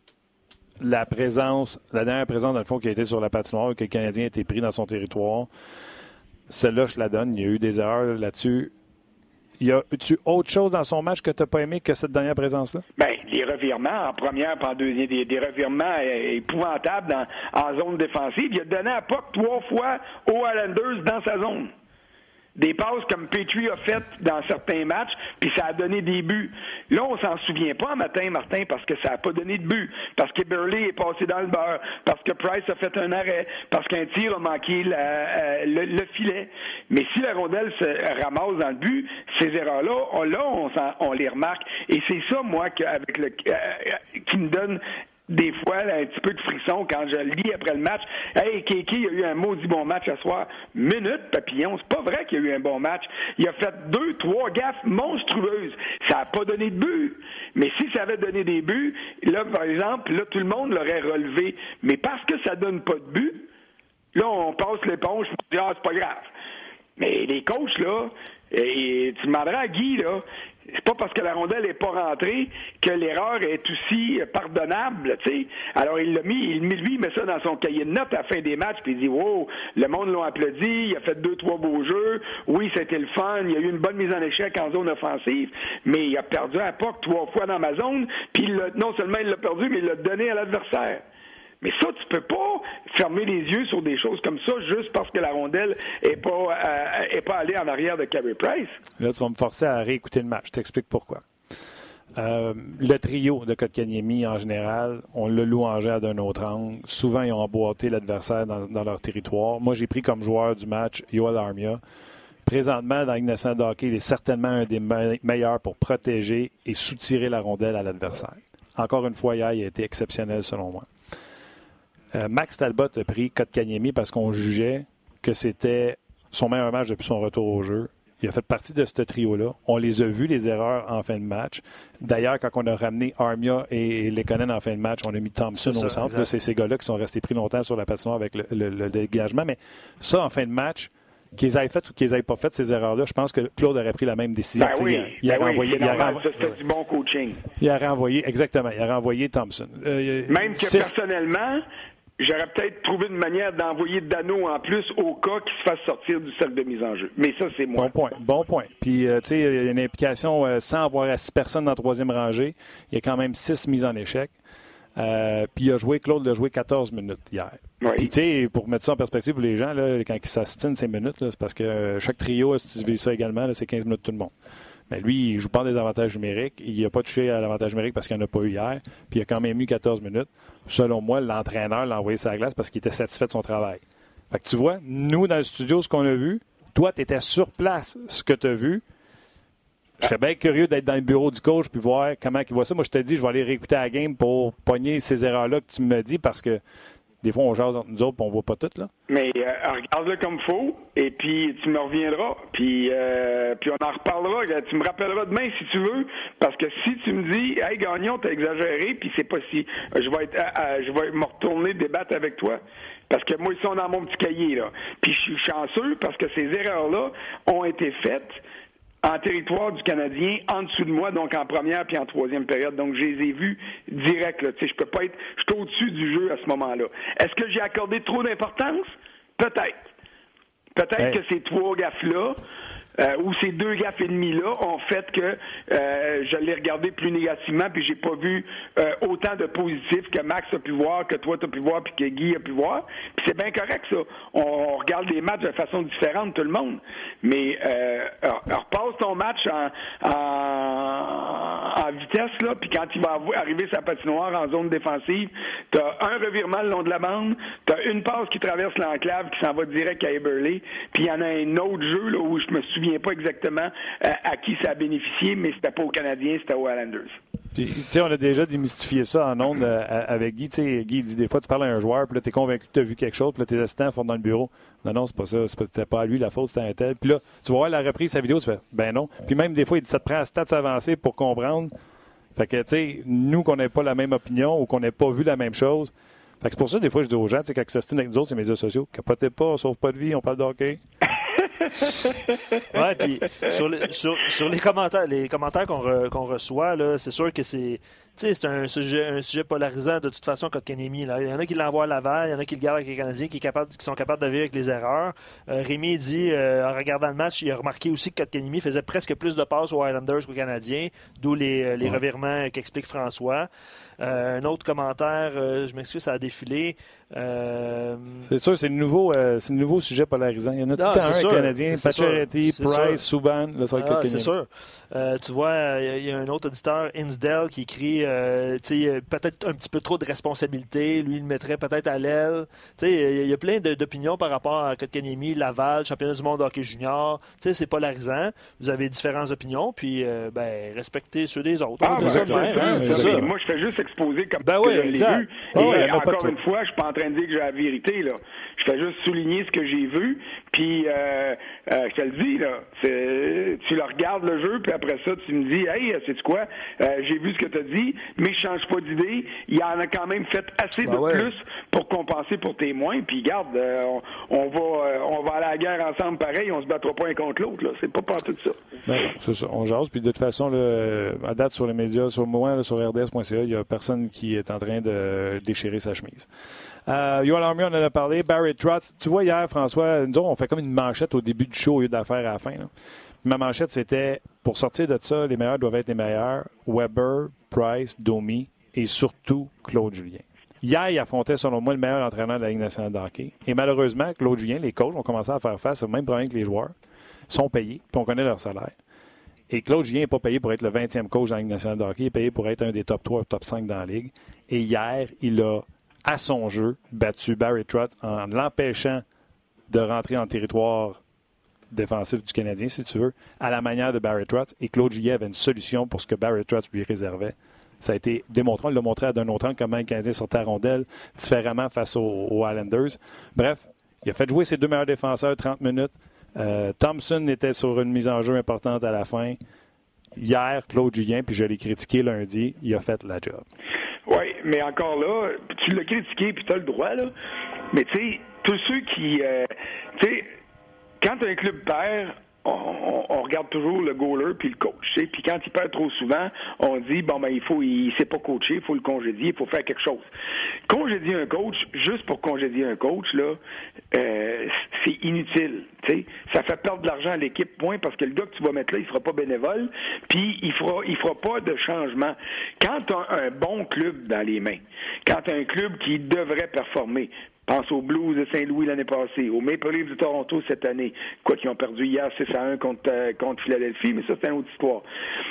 A: la présence, la dernière présence, dans le fond, qui a été sur la patinoire, que le Canadien a été pris dans son territoire, celle-là, je la donne. Il y a eu des erreurs là-dessus. Y a-tu autre chose dans son match que tu n'as pas aimé que cette dernière présence-là?
C: Bien, les revirements en première et en deuxième, des, des revirements épouvantables dans, en zone défensive. Il a donné à Puck trois fois aux Islanders dans sa zone. Des passes comme Petrie a fait dans certains matchs, puis ça a donné des buts. Là, on s'en souvient pas un matin, Martin, parce que ça n'a pas donné de but, parce que Eberle est passé dans le beurre, parce que Price a fait un arrêt, parce qu'un tir a manqué la, euh, le, le filet. Mais si la rondelle se ramasse dans le but, ces erreurs-là, on, là, on, on les remarque. Et c'est ça, moi, que, avec le, euh, qui me donne des fois, là, un petit peu de frisson quand je lis après le match. Hey, Kéké, il a eu un maudit bon match ce soir. Minute, papillon. C'est pas vrai qu'il a eu un bon match. Il a fait deux, trois gaffes monstrueuses. Ça n'a pas donné de but. Mais si ça avait donné des buts, là, par exemple, là, tout le monde l'aurait relevé. Mais parce que ça donne pas de but, là, on passe l'éponge pour dire, ah, c'est pas grave. Mais les coachs, là, et tu demanderas à Guy, là, c'est pas parce que la rondelle n'est pas rentrée que l'erreur est aussi pardonnable, tu sais. Alors, il l'a mis, il, lui, il met ça dans son cahier de notes à la fin des matchs, puis il dit, wow, le monde l'a applaudi, il a fait deux, trois beaux jeux, oui, c'était le fun, il y a eu une bonne mise en échec en zone offensive, mais il a perdu à la P O C trois fois dans ma zone, puis il l'a, non seulement il l'a perdu, mais il l'a donné à l'adversaire. Mais ça, tu peux pas fermer les yeux sur des choses comme ça juste parce que la rondelle est pas euh, est pas allée en arrière de Carey Price.
A: Là, tu vas me forcer à réécouter le match. Je t'explique pourquoi. Euh, le trio de Kotkaniemi, en général, on l'a louangé à d'un autre angle. Souvent, ils ont emboîté l'adversaire dans, dans leur territoire. Moi, j'ai pris comme joueur du match Yoel Armia. Présentement, dans l'Ignacent de hockey, il est certainement un des me- meilleurs pour protéger et soutirer la rondelle à l'adversaire. Encore une fois, hier, il a été exceptionnel selon moi. Euh, Max Talbot a pris Kotkaniemi parce qu'on jugeait que c'était son meilleur match depuis son retour au jeu. Il a fait partie de ce trio-là. On les a vus, les erreurs en fin de match. D'ailleurs, quand on a ramené Armia et Lekonen en fin de match, on a mis Thompson
B: c'est
A: au
B: ça,
A: centre. Là, c'est ces gars-là qui sont restés pris longtemps sur la patinoire avec le, le, le dégagement. Mais ça, en fin de match, qu'ils aient fait ou qu'ils aient pas fait ces erreurs-là, je pense que Claude aurait pris la même décision.
C: Ben oui,
A: il, il a
C: ben
A: renvoyé,
C: oui,
A: il a
C: normal,
A: renvoyé,
C: ça, c'était du bon coaching.
A: Il a renvoyé, exactement, il a renvoyé Thompson. Euh,
C: Même que
A: six...
C: personnellement, j'aurais peut-être trouvé une manière d'envoyer Dano en plus au cas qu'il se fasse sortir du cercle de mise en jeu. Mais ça, c'est moi.
A: Bon point, bon point. Puis, euh, tu sais, il y a une implication euh, sans avoir à six personnes dans la troisième rangée. Il y a quand même six mises en échec. Euh, puis, il a joué, Claude l'a joué quatorze minutes hier.
C: Oui.
A: Puis, tu sais, pour mettre ça en perspective pour les gens, là, quand ils s'astinent ces minutes, là, c'est parce que euh, chaque trio, si tu divises ça également, là, c'est quinze minutes tout le monde. Mais lui, il ne joue pas des avantages numériques. Il n'a pas touché à l'avantage numérique parce qu'il n'y en a pas eu hier. Puis il a quand même eu quatorze minutes. Selon moi, l'entraîneur l'a envoyé sur la glace parce qu'il était satisfait de son travail. Fait que tu vois, nous, dans le studio, ce qu'on a vu, toi, tu étais sur place, ce que tu as vu. Je serais bien curieux d'être dans le bureau du coach puis voir comment il voit ça. Moi, je te dis, je vais aller réécouter la game pour pogner ces erreurs-là que tu me dis parce que des fois, on jase entre nous autres et on ne voit pas tout, là.
C: Mais euh, regarde-le comme il faut, et puis tu me reviendras, puis, euh, puis on en reparlera. Tu me rappelleras demain si tu veux, parce que si tu me dis « Hey, Gagnon, t'as exagéré », puis c'est pas si... Je vais être, euh, je vais me retourner débattre avec toi. Parce que moi, ils sont dans mon petit cahier, là. Puis je suis chanceux parce que ces erreurs-là ont été faites en territoire du Canadien, en dessous de moi, donc en première puis en troisième période. Donc, je les ai vus direct, là. Tu sais, je peux pas être... Je suis au-dessus du jeu à ce moment-là. Est-ce que j'ai accordé trop d'importance? Peut-être. Peut-être
A: hey.
C: que ces trois gaffes-là, euh, ou ces deux gaffes et demie-là, ont fait que euh, je l'ai regardé plus négativement, puis j'ai pas vu euh, autant de positifs que Max a pu voir, que toi tu as pu voir, puis que Guy a pu voir. Puis c'est bien correct, ça. On, on regarde les matchs de façon différente, tout le monde. Mais euh, alors, alors, repasse ton match en, en, en vitesse, là, puis quand il va arriver sa patinoire en zone défensive, tu as un revirement le long de la bande, tu as une passe qui traverse l'enclave qui s'en va direct à Eberle, puis il y en a un autre jeu là, où je me souviens pas exactement euh, à qui ça a bénéficié, mais c'était pas aux Canadiens, c'était aux Islanders.
A: Tu sais, on a déjà démystifié ça en ondes euh, avec Guy. T'sais, Guy dit des fois, tu parles à un joueur, puis là, tu es convaincu que tu as vu quelque chose, puis là, tes assistants font dans le bureau. Non, non, c'est pas ça. C'était pas à lui la faute, c'était un tel. Puis là, tu vas voir la reprise, sa vidéo, tu fais, ben non. Puis même des fois, il dit, ça te prend à stats avancés pour comprendre. Fait que, tu sais, nous, qu'on n'ait pas la même opinion ou qu'on n'ait pas vu la même chose. Fait que c'est pour ça, des fois, je dis aux gens, tu sais, quand ils s'astinent avec nous autres, ces médias sociaux, capotez pas, on sauve pas de vie, on parle de hockey.
B: Ouais, puis sur, les, sur, sur les commentaires, les commentaires qu'on, re, qu'on reçoit, là, c'est sûr que c'est, c'est un sujet, un sujet polarisant de toute façon, Kotkaniemi. Là. Il y en a qui l'envoient à Laval, il y en a qui le gardent avec les Canadiens, qui, est capable, qui sont capables de vivre avec les erreurs. Euh, Rémi dit, euh, en regardant le match, il a remarqué aussi que Kotkaniemi faisait presque plus de passes aux Islanders qu'aux Canadiens, d'où les, les ouais. revirements qu'explique François. Euh, un autre commentaire, euh, je m'excuse, ça a défilé. Euh...
A: C'est sûr, c'est le nouveau, euh, c'est le nouveau sujet polarisant. Il y en a tout le temps un
B: sûr,
A: Canadien, Pacioretty, Price, Subban,
B: là, ça va être ah, c'est sûr. Euh, tu vois, il y, y a un autre auditeur, Insdale, qui écrit euh, peut-être un petit peu trop de responsabilité. Lui, il le mettrait peut-être à l'aile. Il y a plein de, d'opinions par rapport à Kotkaniemi, Laval, championnat du monde de hockey junior. T'sais, c'est polarisant. Vous avez différentes opinions, puis euh, ben, respectez ceux des autres.
C: Ah, ben,
B: ça,
C: c'est
B: même, hein,
C: ça.
B: ça.
C: Moi, je fais juste exposer comme
B: ben
C: que
B: oui,
C: je l'ai vu.
B: Oh,
C: Et
B: ouais,
C: encore une fois, je suis pas en train de dire que j'ai la vérité. Là. Je fais juste souligner ce que j'ai vu. Puis, euh, euh, je te le dis, là, c'est, tu le regardes le jeu, puis après ça, tu me dis, hey, sais-tu quoi, euh, j'ai vu ce que tu as dit, mais je change pas d'idée. Il en a quand même fait assez ben de ouais. plus pour compenser pour témoins. Puis, garde, euh, on, on va, euh, on va aller à la guerre ensemble pareil, on se battra pas un contre l'autre. Là. C'est pas pas tout ça.
A: Ben, c'est ça. On jase. Puis, de toute façon, là, à date, sur les médias, sur moi, là, sur R D S point C A, il y a personne qui est en train de déchirer sa chemise. Euh, Yoel Armia, on en a parlé. Barry Trotz. Tu vois, hier, François, nous autres, on fait comme une manchette au début du show au lieu d'affaire à la fin. Là. Ma manchette, c'était, pour sortir de ça, les meilleurs doivent être les meilleurs. Weber, Price, Domi et surtout Claude Julien. Hier, il affrontait, selon moi, le meilleur entraîneur de la Ligue nationale de hockey. Et malheureusement, Claude Julien, les coachs ont commencé à faire face au même problème que les joueurs. Ils sont payés, puis on connaît leur salaire. Et Claude Julien n'est pas payé pour être le vingtième coach de la Ligue nationale de hockey. Il est payé pour être un des top trois, top cinq dans la Ligue. Et hier, il a, à son jeu, battu Barry Trotz en l'empêchant de rentrer en territoire défensif du Canadien, si tu veux, à la manière de Barry Trotz. Et Claude Julien avait une solution pour ce que Barry Trotz lui réservait. Ça a été démontré. On l'a montré à d'un autre angle comment le Canadien sortait à rondelle différemment face aux, aux Islanders. Bref, il a fait jouer ses deux meilleurs défenseurs trente minutes. Euh, Thompson était sur une mise en jeu importante à la fin. Hier, Claude Julien, puis je l'ai critiqué lundi, il a fait la job.
C: Oui, mais encore là, tu l'as critiqué, puis tu as le droit, là. Mais tu sais, tous ceux qui... Euh, tu sais, quand un club perd, on, on, on regarde toujours le goaler puis le coach. T'sais. Puis quand il perd trop souvent, on dit, bon, ben il faut, il sait pas coacher, il faut le congédier, il faut faire quelque chose. Congédier un coach, juste pour congédier un coach, là, euh, c'est inutile. T'sais. Ça fait perdre de l'argent à l'équipe, point, parce que le gars que tu vas mettre là, il sera pas bénévole, puis il fera, il fera pas de changement. Quand tu as un bon club dans les mains, quand tu as un club qui devrait performer, pense aux Blues de Saint-Louis l'année passée, aux Maple Leafs de Toronto cette année, quoi qu'ils ont perdu hier six à un contre, euh, contre Philadelphie, mais ça, c'est une autre histoire.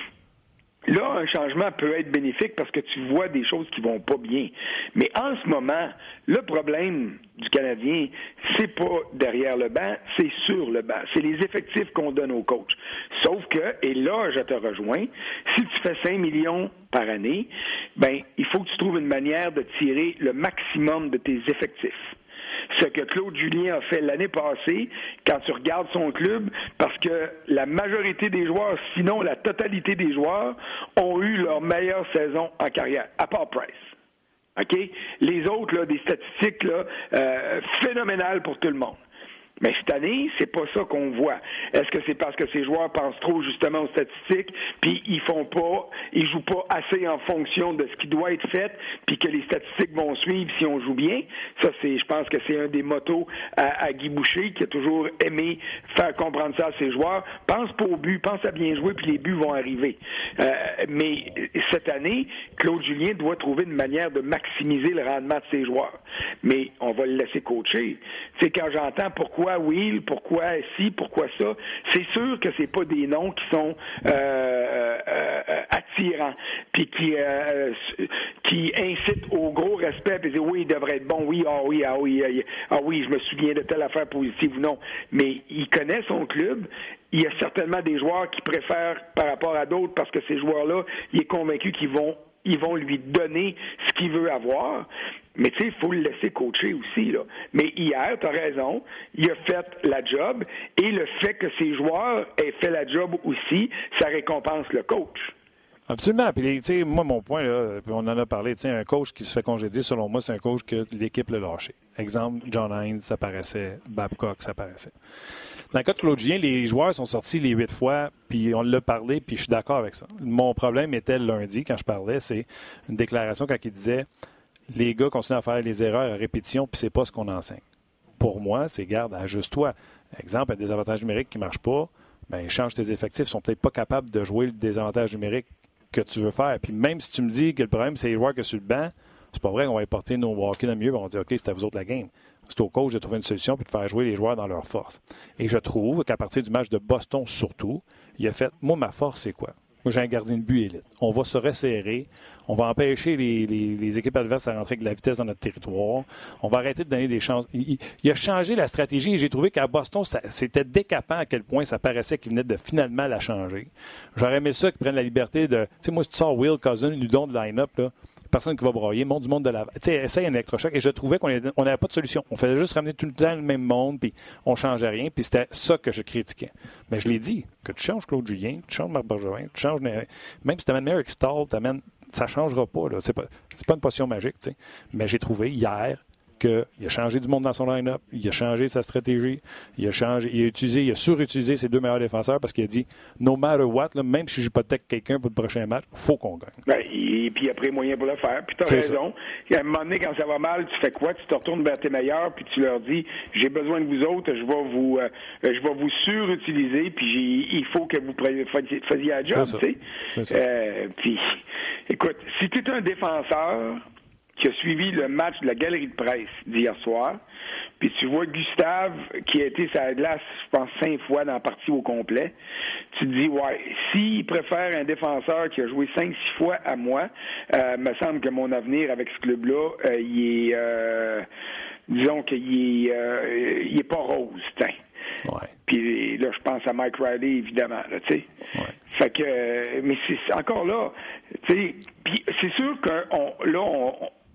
C: Là, un changement peut être bénéfique parce que tu vois des choses qui vont pas bien. Mais en ce moment, le problème du Canadien, c'est pas derrière le banc, c'est sur le banc. C'est les effectifs qu'on donne aux coachs. Sauf que, et là, je te rejoins, si tu fais cinq millions par année, ben, il faut que tu trouves une manière de tirer le maximum de tes effectifs. Ce que Claude Julien a fait l'année passée, quand tu regardes son club, parce que la majorité des joueurs, sinon la totalité des joueurs, ont eu leur meilleure saison en carrière, à part Price. OK? Les autres, là, des statistiques là, euh, phénoménales pour tout le monde. Mais cette année, c'est pas ça qu'on voit. Est-ce que c'est parce que ces joueurs pensent trop justement aux statistiques, puis ils font pas, ils jouent pas assez en fonction de ce qui doit être fait, puis que les statistiques vont suivre si on joue bien? Ça, c'est, je pense que c'est un des mottos à, à Guy Boucher, qui a toujours aimé faire comprendre ça à ses joueurs. Pense pas au but, pense à bien jouer, puis les buts vont arriver. Euh, mais cette année, Claude Julien doit trouver une manière de maximiser le rendement de ses joueurs. Mais on va le laisser coacher. C'est quand j'entends pourquoi Will, pourquoi si, pourquoi ça, c'est sûr que c'est pas des noms qui sont euh, euh, attirants, puis qui euh, qui incitent au gros respect, puis dire oui, il devrait être bon, oui, ah oui, ah oui, ah oui, je me souviens de telle affaire positive ou non. Mais il connaît son club. Il y a certainement des joueurs qui préfèrent par rapport à d'autres parce que ces joueurs-là, il est convaincu qu'ils vont ils vont lui donner ce qu'il veut avoir. Mais tu sais, il faut le laisser coacher aussi, là. Mais hier, tu as raison, il a fait la job, et le fait que ses joueurs aient fait la job aussi, ça récompense le coach.
A: Absolument. Puis, tu sais, moi, mon point, là, puis on en a parlé, tu sais, un coach qui se fait congédier, selon moi, c'est un coach que l'équipe l'a lâché. Exemple, John Hines, ça paraissait. Babcock, ça paraissait. Dans le cas de Claude Julien, les joueurs sont sortis les huit fois, puis on l'a parlé, puis je suis d'accord avec ça. Mon problème était le lundi, quand je parlais, c'est une déclaration quand il disait « Les gars continuent à faire les erreurs à répétition, puis c'est pas ce qu'on enseigne. » Pour moi, c'est « Garde, ajuste-toi. » Exemple, il y a des avantages numériques qui ne marchent pas, bien, change tes effectifs. Ils sont peut-être pas capables de jouer le désavantage numérique que tu veux faire. Puis même si tu me dis que le problème, c'est les joueurs que sur le banc, c'est pas vrai qu'on va porter nos walk-in le mieux, on va dire « OK, c'est à vous autres la game. » C'est au coach de trouver une solution puis de faire jouer les joueurs dans leur force. Et je trouve qu'à partir du match de Boston surtout, il a fait « Moi, ma force, c'est quoi? Moi, j'ai un gardien de but élite. On va se resserrer. On va empêcher les, les, les équipes adverses à rentrer avec de la vitesse dans notre territoire. On va arrêter de donner des chances. Il, il a changé la stratégie et j'ai trouvé qu'à Boston, ça, c'était décapant à quel point ça paraissait qu'il venait de finalement la changer. J'aurais aimé ça qu'ils prennent la liberté de... Tu sais, moi, si tu sors Will Cousin, Ludon de line-up, là, personne qui va broyer, monde du monde de la... Tu sais, essaye un électrochoc. Et je trouvais qu'on n'avait pas de solution. On faisait juste ramener tout le temps le même monde, puis on ne changeait rien. Puis c'était ça que je critiquais. Mais je l'ai dit, que tu changes Claude Julien, tu changes Marc Bergevin, tu changes... Même si tu amènes Eric Stahl, tu amènes... Ça ne changera pas. Là. C'est pas, c'est pas une potion magique. Tu sais. Mais j'ai trouvé hier qu'il a changé du monde dans son line-up, il a changé sa stratégie, il a changé, il a utilisé, il a surutilisé ses deux meilleurs défenseurs parce qu'il a dit no matter what, là, même si j'hypothèque quelqu'un pour le prochain match, il faut qu'on gagne.
C: Ben, et puis il a pris moyen pour le faire. Puis tu as raison. Ça. À un moment donné, quand ça va mal, tu fais quoi? Tu te retournes vers tes meilleurs, puis tu leur dis j'ai besoin de vous autres, je vais vous euh, je vais vous surutiliser, puis il faut que vous fassiez, fassiez la job. Tu sais. Euh, puis écoute, si tu es un défenseur qui a suivi le match de la galerie de presse d'hier soir, puis tu vois Gustave, qui a été sur la glace, je pense, cinq fois dans la partie au complet, tu te dis, ouais, s'il préfère un défenseur qui a joué cinq, six fois à moi, euh, me semble que mon avenir avec ce club-là, euh, il est, euh, disons qu'il est, euh, il est pas rose, tiens.
A: Ouais.
C: Puis là, je pense à Mike Riley, évidemment, là, tu sais.
A: Ouais.
C: Fait que, mais c'est encore là, tu sais, puis c'est sûr que on, là, on,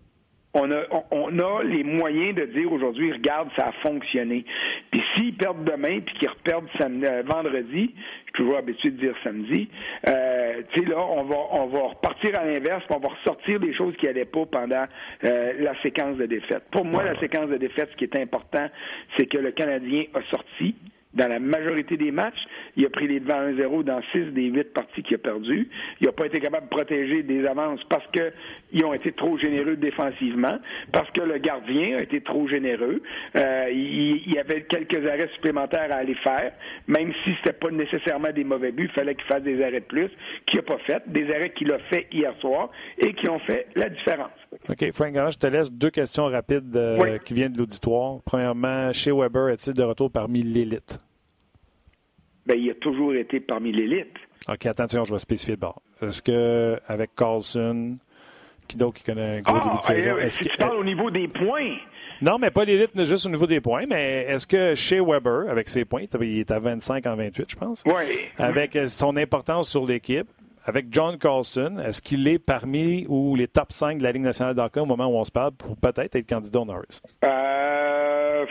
C: On a, on a les moyens de dire aujourd'hui, regarde, ça a fonctionné. Puis s'ils perdent demain, puis qu'ils reperdent samedi, euh, vendredi, je suis toujours habitué de dire samedi, euh, tu sais, là, on va, on va repartir à l'inverse, puis on va ressortir des choses qui n'allaient pas pendant euh, la séquence de défaites. Pour moi, ouais. la séquence de défaites, ce qui est important, c'est que le Canadien a sorti. Dans la majorité des matchs, il a pris les devants un zéro dans six des huit parties qu'il a perdues. Il n'a pas été capable de protéger des avances parce qu'ils ont été trop généreux défensivement, parce que le gardien a été trop généreux. Euh, il, il y avait quelques arrêts supplémentaires à aller faire, même si ce n'était pas nécessairement des mauvais buts, il fallait qu'il fasse des arrêts de plus, qu'il n'a pas fait, des arrêts qu'il a fait hier soir et qui ont fait la différence.
A: OK, Frank Gallin, je te laisse deux questions rapides euh, oui. qui viennent de l'auditoire. Premièrement, Shea Weber est-il de retour parmi l'élite?
C: Bien, il a toujours été parmi l'élite.
A: OK, attention, je vais spécifier de bord. Est-ce qu'avec Carlson, qui d'autre qui connaît un gros
C: ah,
A: début de saison?
C: Est-ce que tu parles au niveau des points?
A: Non, mais pas l'élite, juste au niveau des points. Mais est-ce que Shea Weber, avec ses points, il est à vingt-cinq en vingt-huit, je pense?
C: Oui.
A: Avec son importance sur l'équipe, avec John Carlson, est-ce qu'il est parmi ou les top cinq de la Ligue nationale de hockey au moment où on se parle pour peut-être être candidat au Norris?
C: Euh...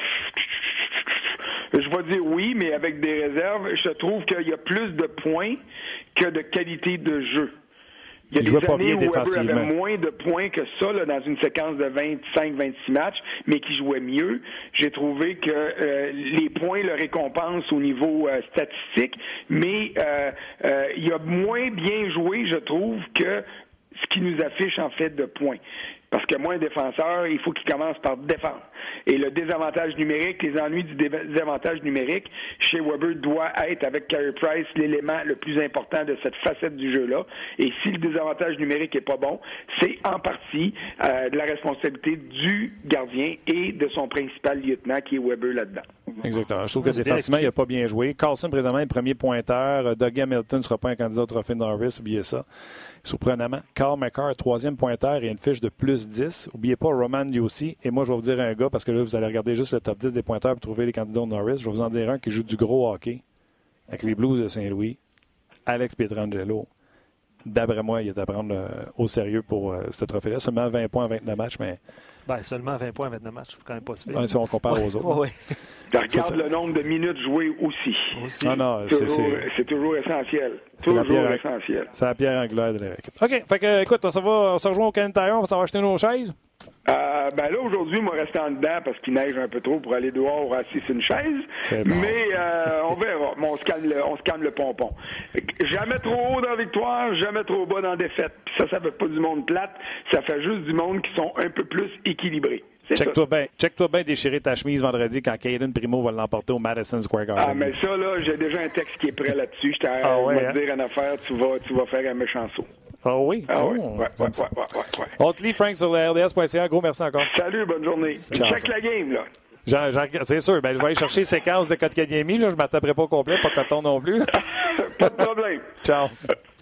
C: Je vais dire oui, mais avec des réserves. Je trouve qu'il y a plus de points que de qualité de jeu. Il y a
A: il
C: des années où Weber avait moins de points que ça là, dans une séquence de vingt-cinq vingt-six matchs, mais qui jouait mieux. J'ai trouvé que euh, les points le récompensent au niveau euh, statistique, mais euh, euh, il a moins bien joué, je trouve, que ce qui nous affiche en fait de points. Parce que moi, un défenseur, il faut qu'il commence par défendre. Et le désavantage numérique, les ennuis du désavantage numérique, chez Weber doit être, avec Carey Price, l'élément le plus important de cette facette du jeu-là. Et si le désavantage numérique est pas bon, c'est en partie euh, de la responsabilité du gardien et de son principal lieutenant, qui est Weber là-dedans.
A: Exactement. Je trouve que défensivement, il n'a pas bien joué. Carlson, présentement, est premier pointeur. Doug Hamilton ne sera pas un candidat au trophée Norris. Oubliez ça. Surprenamment. Carl McCarr, troisième pointeur et une fiche de plus dix. N'oubliez pas Roman Josi. Et moi, je vais vous dire un gars, parce que là, vous allez regarder juste le top dix des pointeurs pour trouver les candidats au Norris. Je vais vous en dire un qui joue du gros hockey avec les Blues de Saint-Louis. Alex Pietrangelo. D'après moi, il est à prendre euh, au sérieux pour euh, ce trophée-là. Seulement vingt points en vingt-neuf matchs, mais...
B: Ben, seulement vingt points en vingt-neuf matchs. C'est quand même pas si
A: ouais, si on compare
B: ouais.
A: aux autres.
B: Ouais.
C: Regarde le nombre de minutes jouées aussi.
B: aussi.
A: Ah non,
C: toujours,
A: c'est,
C: c'est toujours essentiel. Toujours
A: c'est la
C: essentiel.
A: C'est la pierre angulaire de l'équipe. OK, fait que, écoute, on se, va, on se rejoint au Canadian Tire, on va s'en acheter nos chaises.
C: Euh, ben là, aujourd'hui, moi, rester en dedans parce qu'il neige un peu trop pour aller dehors assis sur une chaise.
A: Bon.
C: Mais euh, on verra. Mais on se calme le, on se calme le pompon. Jamais trop haut dans la victoire, jamais trop bas dans la défaite. Puis ça, ça fait pas du monde plate. Ça fait juste du monde qui sont un peu plus équilibrés.
A: Check-toi bien check-toi bien déchirer ta chemise vendredi quand Caden Primo va l'emporter au Madison Square Garden.
C: Ah, mais ça, là, j'ai déjà un texte qui est prêt là-dessus. Je t'ai
A: ah, ouais,
C: te
A: hein?
C: dire une affaire, tu vas, tu vas faire un méchant saut.
A: Ah oui?
C: Ah
A: oh,
C: oui, ouais, ouais, ouais, ouais, ouais.
A: On te lit, Frank, sur le R D S point C A. Gros merci encore.
C: Salut, bonne journée.
A: Ciao,
C: check la game, là.
A: Jean, Jean, c'est sûr. Ben, je vais aller chercher les séquences de Kotkaniemi. Je ne m'attraperai pas au complet, pas coton non plus.
C: Pas de problème.
A: Ciao.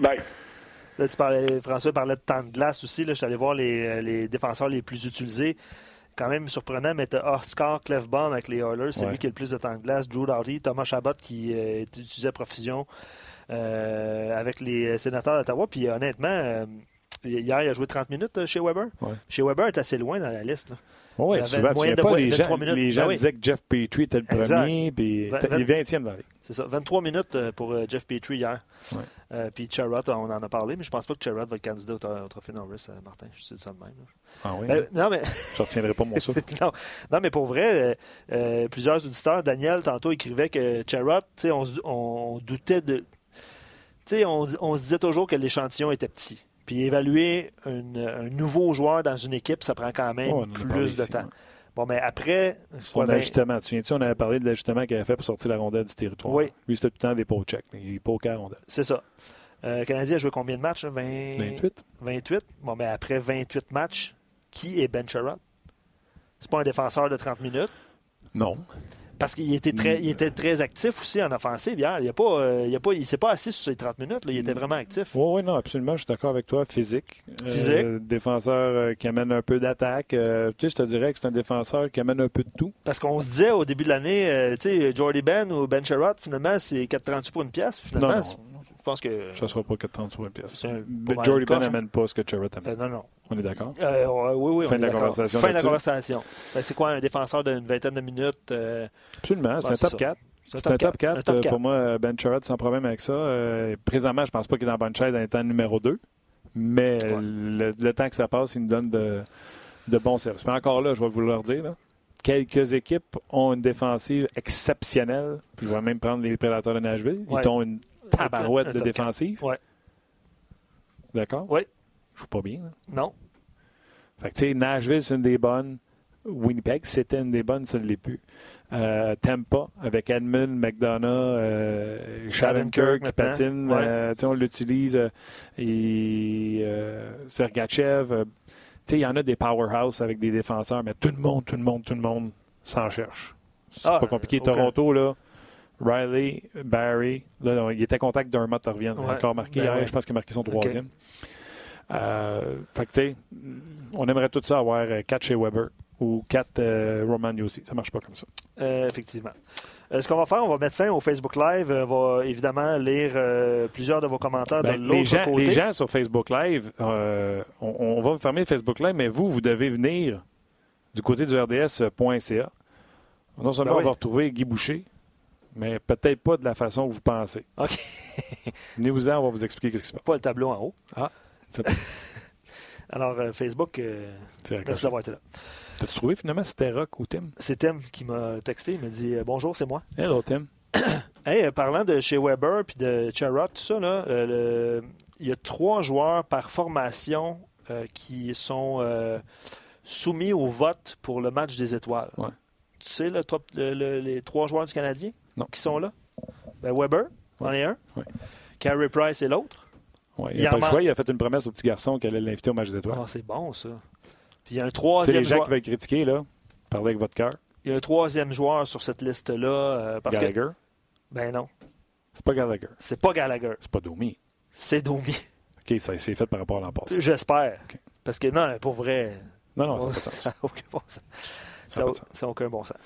C: Bye.
B: Là, tu parlais, François parlait de temps de glace aussi. Là, je suis allé voir les, les défenseurs les plus utilisés. Quand même surprenant, mais tu as Oscar Klefbom avec les Oilers, c'est
A: ouais.
B: lui qui a le plus de temps de glace. Drew Doughty, Thomas Chabot qui euh, est utilisé à profusion euh, avec les Sénateurs d'Ottawa. Puis honnêtement, euh, hier, il a joué trente minutes chez Weber.
A: Ouais.
B: Chez Weber est assez loin dans la liste. Là.
A: Oui,
B: il
A: souvent, tu viens pas, les gens, les gens ben oui. disaient que Jeff Petrie était le
B: exact.
A: premier, puis il est vingtième dans la ligue.
B: C'est ça, vingt-trois minutes pour Jeff Petrie hier.
A: Ouais.
B: Euh, puis Sherrod, on en a parlé, mais je pense pas que Sherrod va être candidat au, au Trophée Norris, euh, Martin. Je sais ça de même. Là.
A: Ah oui?
B: Ben, non, mais...
A: Je retiendrai pas mon souffle.
B: non, non, mais pour vrai, euh, euh, plusieurs auditeurs, Daniel, tantôt, écrivait que Sherrod, on, on doutait de... On, on se disait toujours que l'échantillon était petit. Puis évaluer une, un nouveau joueur dans une équipe, ça prend quand même oh, plus de ici, temps. Ouais. Bon, mais après...
A: Son ben, ajustement. Tu souviens-tu, on avait parlé de l'ajustement qu'il avait fait pour sortir la rondelle du territoire.
B: Oui.
A: Lui, c'était tout le temps des pots check. Il poke à la rondelle.
B: C'est ça. Euh, le Canadien a joué combien de matchs? vingt...
A: vingt-huit.
B: vingt-huit. Bon, mais après vingt-huit matchs, qui est Ben Sherrod? C'est pas un défenseur de trente minutes?
A: Non.
B: Parce qu'il était très, il était très actif aussi en offensive hier. Il ne s'est pas assis sur ses trente minutes. Là. Il était vraiment actif.
A: Oui, oui, non, absolument. Je suis d'accord avec toi. Physique.
B: Physique.
A: Euh, défenseur euh, qui amène un peu d'attaque. Euh, tu sais, je te dirais que c'est un défenseur qui amène un peu de tout.
B: Parce qu'on se disait au début de l'année, euh, tu sais, Jordy Ben ou Ben Sherrod, finalement, c'est quatre trente pour une pièce. Finalement,
A: non, non.
B: Je pense que...
A: Ça ne sera pas quatre trente sur une pièce.
B: Un,
A: Jordy Ben n'amène pas ce que Sherrod amène.
B: Euh, non, non.
A: On est d'accord?
B: Euh, oui, oui.
A: Fin de la conversation.
B: Fin de la conversation. Ben, c'est quoi, un défenseur d'une vingtaine de minutes? Euh...
A: Absolument. C'est, ben, c'est un top quatre. C'est, c'est un top quatre. Un top quatre. Pour moi, Ben Sherrod, sans problème avec ça. Euh, présentement, je ne pense pas qu'il est dans la bonne chaise en étant numéro deux. Mais ouais. le, le temps que ça passe, il nous donne de, de bons services. Mais encore là, je vais vous le redire, là, quelques équipes ont une défensive exceptionnelle. Puis je vais même prendre les Prédateurs de Nashville. Ouais. Ils ont une tabarouette un, un de défensive.
B: Ouais.
A: D'accord?
B: Oui.
A: Je joue pas bien. Là.
B: Non.
A: Fait que, tu sais, Nashville, c'est une des bonnes. Winnipeg, c'était une des bonnes, ça ne l'est plus. Euh, Tampa, avec Edmund, McDonough, euh, Shattenkirk qui patine, ouais. euh, on l'utilise. Euh, et euh, Sergachev. Euh, il y en a des powerhouse avec des défenseurs, mais tout le monde, tout le monde, tout le monde s'en cherche. C'est ah, pas compliqué. Okay. Toronto, là, Riley, Barry, là, non, il était contact d'un mot, revient. Ouais. Encore marqué ben hier, ouais. Je pense qu'il a marqué son troisième. Okay. Euh, fait que, tu sais, on aimerait tout ça avoir quatre chez Weber ou quatre euh, Roman Yossi. Ça marche pas comme ça.
B: Euh, effectivement. Euh, ce qu'on va faire, on va mettre fin au Facebook Live. On va évidemment lire euh, plusieurs de vos commentaires ben, de l'autre
A: les gens,
B: côté.
A: Les gens sur Facebook Live, euh, on, on va fermer le Facebook Live, mais vous, vous devez venir du côté du R D S point C A. Non seulement ben oui. on va retrouver Guy Boucher, mais peut-être pas de la façon que vous pensez.
B: OK.
A: Venez-vous-en, on va vous expliquer ce qui se passe.
B: Pas le tableau en haut.
A: Ah, c'est
B: Alors, euh, Facebook, euh, merci d'avoir été là.
A: T'as-tu trouvé finalement c'était Rock ou Tim?
B: C'est Tim qui m'a texté. Il m'a dit euh, « Bonjour, c'est moi. »
A: Hello, Tim.
B: Hey, euh, parlant de chez Weber puis de Sherrod, tout ça, là, euh, le, il y a trois joueurs par formation euh, qui sont euh, soumis au vote pour le match des étoiles.
A: Ouais.
B: Tu sais, le top, le, le, les trois joueurs du Canadien
A: non.
B: qui sont là? Ben, Weber, ouais. en est un.
A: Ouais.
B: Carey Price est l'autre.
A: Ouais, il n'a pas le choix. Il a fait une promesse au petit garçon qu'elle allait l'inviter au match des étoiles.
B: Ah, c'est bon, ça. Puis il y a un troisième
A: les gens
B: joueur...
A: qui veulent critiquer, là, parlez avec votre cœur.
B: Il y a un troisième joueur sur cette liste-là. Euh, parce
A: Gallagher?
B: Que... Ben non.
A: C'est pas Gallagher.
B: C'est pas Gallagher.
A: C'est pas Domi.
B: C'est Domi.
A: OK, ça c'est fait par rapport à l'an passé.
B: J'espère.
A: Okay.
B: Parce que non, pour vrai...
A: Non, non, ça n'a pas de sens.
B: Ça n'a aucun bon sens.
A: Ça
B: n'a aucun bon sens.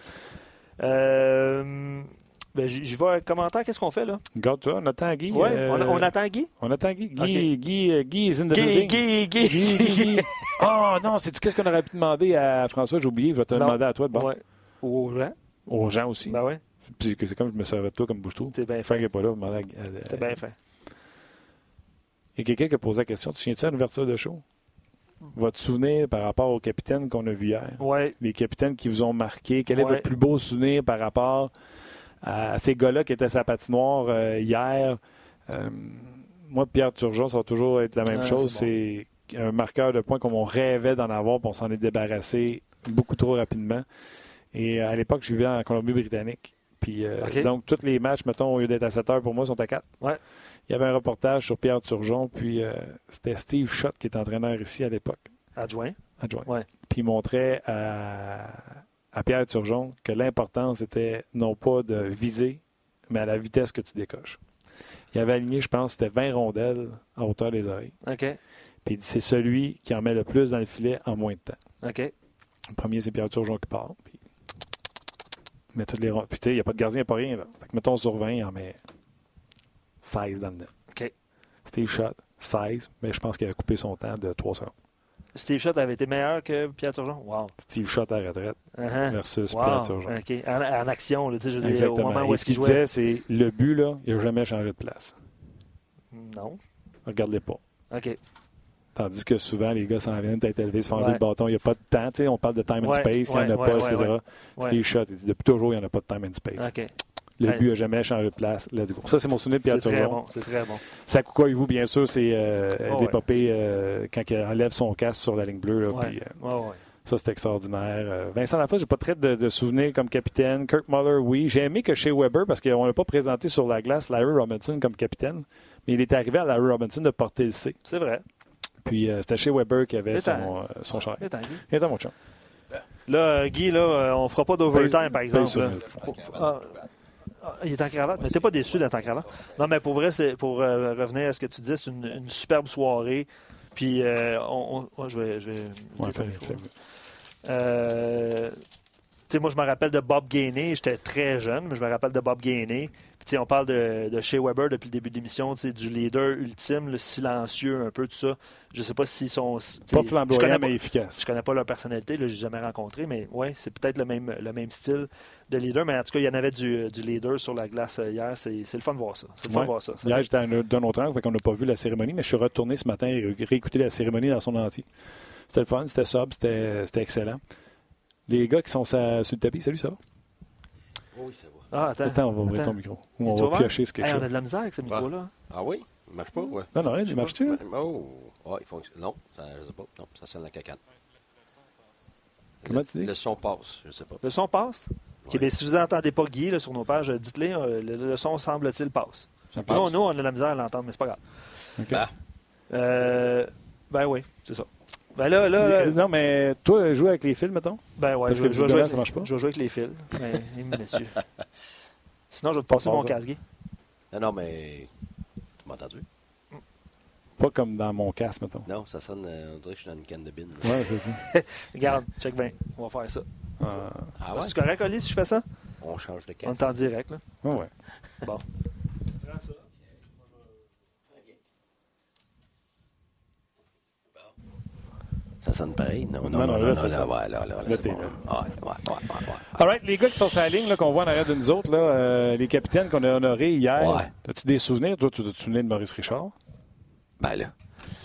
B: Euh... Ben, j'y vais avec commentaire. Qu'est-ce qu'on fait, là?
A: Garde-toi, on attend Guy.
B: Oui,
A: euh...
B: on, on attend Guy?
A: On attend Guy. Guy,
B: okay.
A: Guy, uh, Guy is in the
B: Guy,
A: building.
B: Guy, Guy, Guy,
A: Guy, Guy. Oh non, c'est qu'est-ce qu'on aurait pu demander à François? J'ai oublié, je vais te
B: non.
A: demander à toi. Bon.
B: Ouais. Aux gens.
A: Aux gens aussi.
B: Ben oui.
A: Puis c'est comme je me servais de toi comme bouche-trou.
B: T'es bien
A: Frank n'est pas là. À...
B: T'es bien fait.
A: Il y a quelqu'un qui a posé la question. Tu te souviens-tu à l'ouverture de show? Votre souvenir par rapport aux capitaines qu'on a vus hier?
B: Oui.
A: Les capitaines qui vous ont marqué. Quel est
B: ouais.
A: votre plus beau souvenir par rapport à ces gars-là qui étaient à sa patinoire euh, hier? Euh, moi, Pierre Turgeon, ça va toujours être la même ah, chose. C'est, c'est bon. Un marqueur de points comme on rêvait d'en avoir, puis on s'en est débarrassé beaucoup trop rapidement. Et à l'époque, je vivais en Colombie-Britannique. Puis, euh, okay. Donc, tous les matchs, mettons, au lieu d'être à sept heures, pour moi, sont à quatre.
B: Ouais.
A: Il y avait un reportage sur Pierre Turgeon, puis euh, c'était Steve Schott qui était entraîneur ici à l'époque.
B: Adjoint.
A: Adjoint.
B: Ouais.
A: Puis il montrait à, à Pierre Turgeon que l'important, c'était non pas de viser, mais à la vitesse que tu décoches. Il avait aligné, je pense, c'était vingt rondelles à hauteur des oreilles.
B: OK.
A: Puis il dit c'est celui qui en met le plus dans le filet en moins de temps.
B: OK.
A: Le premier, c'est Pierre Turgeon qui part. Puis il met toutes les rondes. Puis tu sais, il n'y a pas de gardien, il n'y a pas rien. Là. Fait que mettons sur vingt, il en met seize dans le net.
B: OK.
A: Steve Schott, seize, mais je pense qu'il a coupé son temps de trois secondes.
B: Steve Schott avait été meilleur que Pierre Turgeon? Wow.
A: Steve Schott à la retraite
B: Uh-huh.
A: versus
B: Wow.
A: Pierre Turgeon.
B: OK. En, en action, là, tu sais, je veux dire,
A: Exactement.
B: au moment où
A: Et ce
B: est-ce qu'il
A: qu'il
B: jouait.
A: disait, c'est le but, là, il n'a jamais changé de place.
B: Non.
A: Regarde-les pas.
B: OK.
A: Tandis que souvent, les gars s'en viennent tête élevée, se font enlever
B: Ouais.
A: le bâton. Il n'y a pas de temps. Tu sais, on parle de time and
B: Ouais,
A: space, il n'y en a
B: ouais,
A: pas,
B: ouais,
A: et cetera.
B: ouais, ouais.
A: Steve Schott, il dit depuis toujours, il n'y en a pas de time and space.
B: OK.
A: Le
B: Ouais.
A: but n'a jamais changé de place. Let's go. Ça, c'est mon souvenir de Pierre
B: C'est très
A: Turgeon.
B: bon. C'est très bon.
A: Sakukoivu, bien sûr, c'est euh,
B: Oh,
A: l'épopée
B: ouais.
A: euh, quand il enlève son casque sur la ligne bleue. Là,
B: Ouais.
A: puis, euh,
B: Ouais, ouais.
A: ça, c'est extraordinaire. Euh, Vincent Lafosse, j'ai pas très de, de souvenirs comme capitaine. Kirk Muller, oui. J'ai aimé que chez Weber, parce qu'on l'a pas présenté sur la glace, Larry Robinson comme capitaine, mais il est arrivé à Larry Robinson de porter le C.
B: C'est vrai.
A: Puis euh, c'était chez Weber qui avait
B: Et
A: son,
B: t'as-
A: euh, son chandail.
B: Et tant Guy.
A: Il était mon chum.
B: Là, euh, Guy, là, euh, on fera pas d'overtime, par exemple.
A: sur
B: là.
A: le-
B: Ah, ah, il est en cravate, mais t'es pas déçu d'être en cravate? Non, mais pour vrai, c'est pour euh, revenir à ce que tu dis, c'est une, une superbe soirée. Puis, euh, on, on- oh, je vais... Je vais
A: Ouais,
B: muter ton
A: fais-
B: micro.
A: fais-
B: Euh, tu sais, moi, je me rappelle de Bob Gainey. J'étais très jeune, mais je me rappelle de Bob Gainey. Puis, tu sais, on parle de, de Shea Weber depuis le début de l'émission, tu sais, du leader ultime, le silencieux, un peu, tout ça. Je sais pas s'ils sont... tu sais,
A: Pas
B: je
A: flamboyant,
B: connais
A: mais
B: pas-
A: efficace.
B: Je connais pas leur personnalité, là, j'ai jamais rencontré, mais ouais, c'est peut-être le même, le même style de leader. Mais en tout cas, il y en avait du, du leader sur la glace euh, hier. C'est, c'est le fun de voir ça. C'est le fun
A: Ouais.
B: de voir ça. Ça
A: Hier,
B: fait-
A: j'étais à un- d'un autre angle, fait qu'on n'a pas vu la cérémonie, mais je suis retourné ce matin et ré- réécouter la cérémonie dans son entier. C'était le fun, c'était sobre, c'était, c'était excellent. Les gars qui sont sa- sur le tapis, salut, ça va?
D: Oui, ça va.
B: Ah, attends.
A: Attends, on va ouvrir
B: attends.
A: ton micro. Ou on
B: Tu
A: va
B: vas voir?
A: piocher sur quelque
B: Hey, on a
A: chose.
B: de la misère avec ce micro-là.
D: Ah oui? Il marche pas, ouais.
A: Non, non, il marche-tu? là?
D: Oh, ah, il fonctionne. Non, ça, je sais pas. Non, ça sonne la cacane.
A: Comment
D: le,
A: tu dis?
D: Le son passe, je sais pas.
B: Le son passe? OK,
D: Ouais.
B: bien, si vous n'entendez pas Guy là, sur nos pages, euh, dites-le, euh, le, le son semble-t-il passe.
D: Ça
B: Puis Nous,
D: passe.
B: nous, on a de la misère à l'entendre, mais c'est pas grave.
A: OK.
D: Ah,
B: Euh, ben oui, c'est ça. Ben là, là, là
A: Euh, Non, mais toi, jouer avec les fils, mettons?
B: ben ouais,
A: Parce
B: je,
A: que
B: vais- je vais
A: visiblement,
B: jouer avec,
A: ça marche pas.
B: je vais jouer avec les fils. Ben, monsieur. Sinon, je vais te passer
A: Pas
B: mon
A: ça.
B: casque, Guy.
D: non, non, mais. Tu m'as entendu?
A: Pas comme dans mon casque, mettons.
D: Non, ça sonne. euh, on dirait que je suis dans une canne de bine.
A: Ouais, c'est ça.
B: Regarde, check bien. On va faire ça.
A: Euh,
D: Ah ouais?
B: C'est correct, Oli, si je fais ça?
D: On change de
B: On
D: casque.
B: est en direct, là.
A: ouais, ouais.
B: Bon.
D: Ça sonne pareil? Non, non,
A: Non,
D: non,
A: non,
D: non,
A: là,
D: non,
A: ça
D: là,
A: sonne.
D: ouais, là, là, là,
A: Là,
D: c'est
A: t'es
D: bon.
A: là.
D: Ouais, ouais, ouais, ouais, ouais.
A: All right, les gars qui sont sur la ligne, là, qu'on voit en arrière de nous autres, là, euh, les capitaines qu'on a honorés hier.
D: Ouais.
A: As-tu des souvenirs? Toi, tu te souviens de Maurice Richard?
D: Ben là.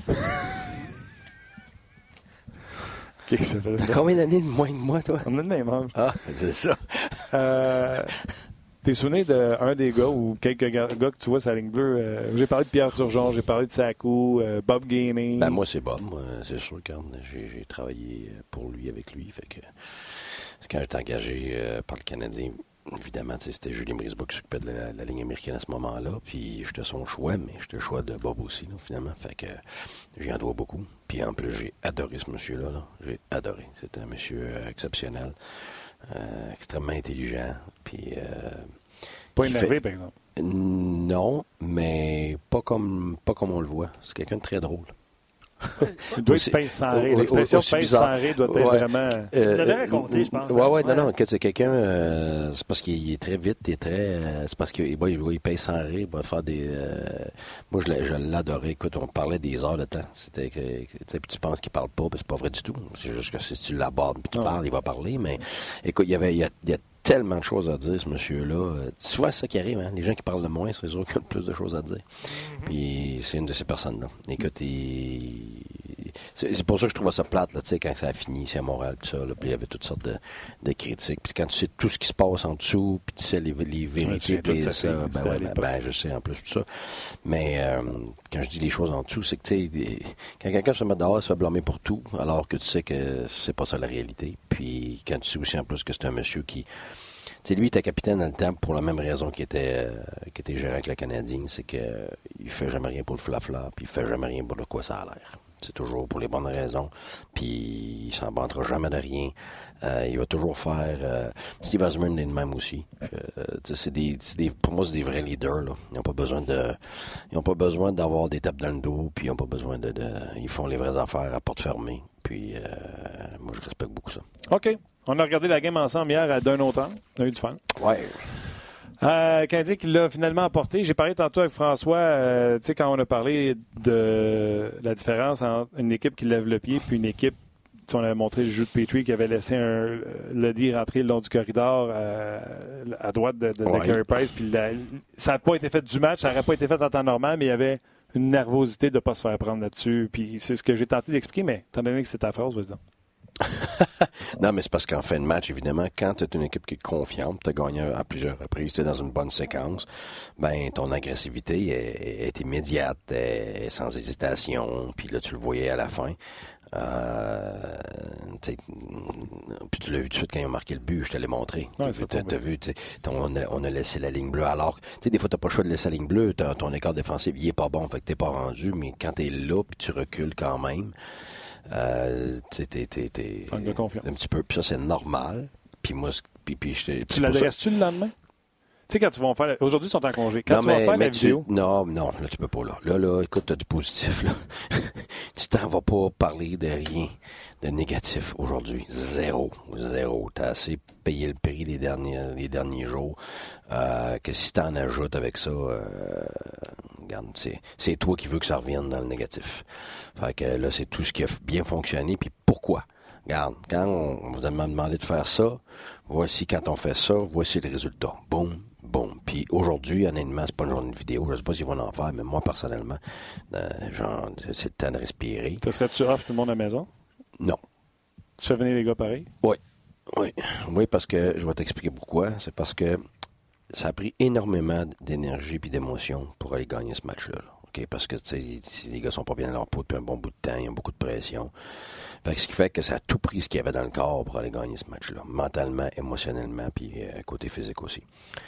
A: OK, ça fait...
D: T'as combien d'années de moins que moi, toi?
A: On a le même âge.
D: Ah, c'est ça.
A: Euh, T'es souvenir d'un des gars ou quelques gars, gars que tu vois sur la ligne bleue? Euh, j'ai parlé de Pierre Turgeon, j'ai parlé de Sakou, euh, Bob Gainey.
D: Ben moi, c'est Bob. Moi, c'est sûr, quand j'ai, j'ai travaillé pour lui, avec lui. Fait que quand j'étais engagé euh, par le Canadien, évidemment, tu sais, c'était Julien Brisebois qui s'occupait de la, la ligne américaine à ce moment-là. Puis j'étais son choix, mais j'étais le choix de Bob aussi, là, finalement. Fait que j'y en dois beaucoup. Puis en plus, j'ai adoré ce monsieur-là. Là. J'ai adoré. C'était un monsieur euh, exceptionnel, euh, extrêmement intelligent. Puis euh,
A: Pas
D: qui
A: énervé,
D: fait-
A: par exemple.
D: non, mais pas comme pas comme on le voit. C'est quelqu'un de très drôle.
A: Il doit
D: Aussi-
A: être pince sans
D: au-
A: rire.
D: au-
A: L'expression
D: aussi
A: pince
D: bizarre.
A: sans rire doit être
D: Ouais.
A: vraiment...
B: Tu l'avais raconté, je pense,
D: Oui,
B: hein?
D: oui, non,
B: Ouais.
D: non, que c'est quelqu'un, euh, c'est parce qu'il est très vite, il est très, euh, c'est parce qu'il ouais, il, il paye sans rire, il va faire des, euh, moi je, l'ai- je l'adorais, écoute, on parlait des heures de temps, c'était que, que- tu sais, puis tu penses qu'il parle pas, mais c'est pas vrai du tout, c'est juste que si tu l'abordes puis tu
A: Ah.
D: parles, il va parler, mais écoute, il y avait, il y a, il y a tellement de choses à dire, ce monsieur-là. Euh, souvent, c'est ça qui arrive, hein? Les gens qui parlent le moins, c'est eux qui ont le plus de choses à dire. Puis c'est une de ces personnes-là. Écoute, il... c'est, c'est pour ça que je trouvais ça plate, là, tu sais, quand ça a fini ici à Montréal, tout ça, là, puis il y avait toutes sortes de, de critiques. Puis quand tu sais tout ce qui se passe en dessous, puis tu sais les, les
A: Ouais, tu
D: vérités,
A: viens
D: puis
A: de
D: ça,
A: sa fille,
D: ben,
A: c'était à
D: ouais, ben,
A: l'époque.
D: ben, je sais en plus tout ça. Mais euh, quand je dis les choses en dessous, c'est que, tu sais, des- quand quelqu'un se met dehors, il se fait blâmer pour tout, alors que tu sais que c'est pas ça la réalité. Puis quand tu sais aussi en plus que c'est un monsieur qui... Tu sais, lui, il était capitaine dans le temps pour la même raison qu'il était, euh, qu'il était gérant avec le Canadien, c'est qu'il euh, fait jamais rien pour le flafla, puis il fait jamais rien pour de quoi ça a l'air. C'est toujours pour les bonnes raisons. Puis il ne s'en vantera jamais de rien. Euh, il va toujours faire... Euh, Steve Osmond est le même aussi. Euh, c'est des, c'est des, pour moi, c'est des vrais leaders. Là. Ils n'ont pas besoin de, ils n'ont pas besoin d'avoir des tapes dans le dos. Puis ils n'ont pas besoin de, de... Ils font les vraies affaires à porte fermée. Puis euh, moi, je respecte beaucoup ça.
A: OK. On a regardé la game ensemble hier à d'un autre temps. On a eu du fun.
D: Ouais.
A: Euh, Canadien qui l'a finalement apporté. J'ai parlé tantôt avec François, euh, tu sais, quand on a parlé de la différence entre une équipe qui lève le pied puis une équipe, on avait montré le jeu de Petrie qui avait laissé un Leddy rentrer le long du corridor euh, à droite de, de, de
D: ouais.
A: Carey Price. Puis la, ça n'a pas été fait du match, ça n'aurait pas été fait en temps normal, mais il y avait une nervosité de ne pas se faire prendre là-dessus. Puis c'est ce que j'ai tenté d'expliquer, mais étant donné que c'est ta phrase, vas-y donc.
D: Non, mais c'est parce qu'en fin de match, évidemment, quand tu es une équipe qui est confiante, tu as gagné à plusieurs reprises, tu es dans une bonne séquence, ben ton agressivité est, est immédiate, est sans hésitation, puis là, tu le voyais à la fin. Euh, puis tu l'as vu tout de suite quand ils ont marqué le but, je te l'ai montré.
A: Ouais,
D: tu as vu, on a, on a laissé la ligne bleue. Alors, tu sais, des fois, tu n'as pas le choix de laisser la ligne bleue, ton, ton écart défensif, il est pas bon, fait que tu n'es pas rendu, mais quand tu es là, puis tu recules quand même, euh, tu t'es, t'es, t'es
A: un
D: petit peu, puis ça, c'est normal. Puis moi, puis, puis je
A: Tu l'adresses-tu le lendemain? Tu sais, quand tu vas faire... Aujourd'hui, ils sont en congé. Quand
D: non,
A: tu
D: mais,
A: vas faire
D: mais
A: la
D: tu...
A: vidéo...
D: Non, non, là, tu peux pas, là. Là, là, écoute, tu as du positif, là. Tu t'en vas pas parler de rien de négatif aujourd'hui. Zéro. Zéro. Tu as assez payé le prix les derniers, les derniers jours. Euh, que si tu en ajoutes avec ça, euh, regarde, c'est, c'est toi qui veux que ça revienne dans le négatif. Fait que là, c'est tout ce qui a bien fonctionné. Puis pourquoi? Regarde, quand on vous a demandé de faire ça, voici quand on fait ça, voici le résultat. Boum. Bon, puis aujourd'hui, honnêtement, c'est pas une journée de vidéo. Je sais pas s'ils vont en faire, mais moi, personnellement, euh, genre, c'est le temps de respirer.
A: Ça serait-tu off tout le monde à la maison?
D: Non.
A: Tu fais venir les gars pareil?
D: Oui. Oui. Oui, parce que, je vais t'expliquer pourquoi. C'est parce que ça a pris énormément d'énergie et d'émotion pour aller gagner ce match-là. Là. Okay? Parce que, tu sais, les gars sont pas bien dans leur peau depuis un bon bout de temps. Ils ont beaucoup de pression. Fait que ce qui fait que ça a tout pris ce qu'il y avait dans le corps pour aller gagner ce match-là. Mentalement, émotionnellement, puis euh, côté physique aussi.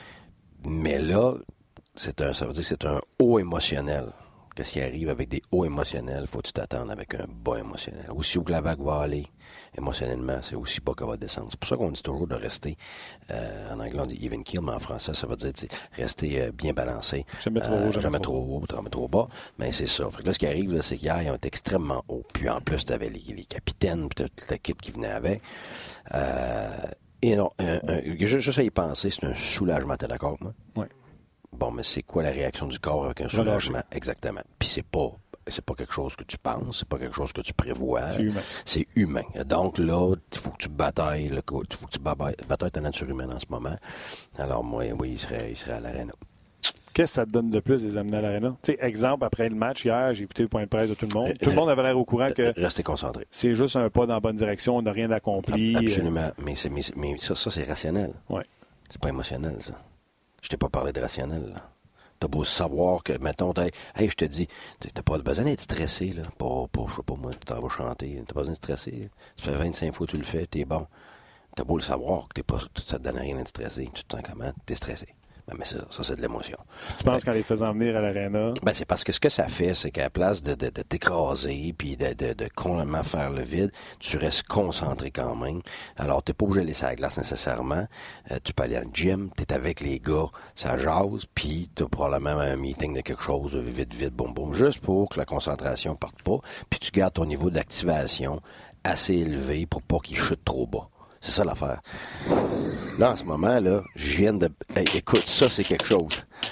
D: Mais là, c'est un, ça veut dire que c'est un haut émotionnel. Qu'est-ce qui arrive avec des hauts émotionnels? Faut que tu t'attendes avec un bas émotionnel. Aussi haut que la vague va aller, émotionnellement, c'est aussi bas qu'elle va descendre. C'est pour ça qu'on dit toujours de rester, euh, en anglais on dit even keel, mais en français, ça veut dire rester euh, bien balancé.
A: Jamais trop haut,
D: euh,
A: jamais,
D: jamais
A: trop
D: trop haut, jamais trop bas. Mais c'est ça. Fait que là, ce qui arrive, là, c'est qu'hier, ils ont été extrêmement hauts. Puis en plus, tu avais les, les capitaines, puis toute l'équipe qui venait avec. Euh, Et non, un, un, juste à y penser, c'est un soulagement, t'es d'accord, moi?
A: Oui.
D: Bon, mais c'est quoi la réaction du corps avec un soulagement?
A: Relâché.
D: Exactement. Puis c'est pas, c'est pas quelque chose que tu penses, c'est pas quelque chose que tu prévois.
A: C'est humain.
D: C'est humain. Donc là, il faut que tu batailles, il faut que tu batailles, batailles ta nature humaine en ce moment. Alors moi, oui, il serait, il serait à l'aréna.
A: Qu'est-ce que ça te donne de plus de les amener à l'aréna? Tu sais, exemple, après le match hier, j'ai écouté le point de presse de tout le monde. Tout le monde avait l'air au courant que
D: restez concentré.
A: C'est juste un pas dans la bonne direction, on n'a rien accompli.
D: Absolument. Mais, c'est, mais, mais ça, ça, c'est rationnel.
A: Ouais.
D: C'est pas émotionnel, ça. Je t'ai pas parlé de rationnel, là. T'as beau savoir que, mettons, hey, je te dis, t'as pas besoin d'être stressé, là. Pas, pas, je sais pas moi, tu t'en vas chanter. T'as pas besoin de stresser. Ça fait vingt-cinq fois que tu le fais, t'es bon. T'as beau le savoir que t'es pas, ça te donne rien d'être stressé. Tu te sens comment? T'es stressé. Ben, mais ça, ça, c'est de l'émotion.
A: Tu penses
D: ben,
A: qu'en les faisant venir à l'aréna?
D: Ben, c'est parce que ce que ça fait, c'est qu'à la place de, de, de t'écraser puis de, de, de complètement faire le vide, tu restes concentré quand même. Alors, t'es pas obligé de laisser la glace nécessairement. Euh, tu peux aller à gym, t'es avec les gars, ça jase, puis t'as probablement un meeting de quelque chose, vite, vite, boum, boum, juste pour que la concentration parte pas, puis tu gardes ton niveau d'activation assez élevé pour pas qu'il chute trop bas. C'est ça l'affaire. Là, en ce moment, là, je viens de... Hey, écoute, ça, c'est quelque chose.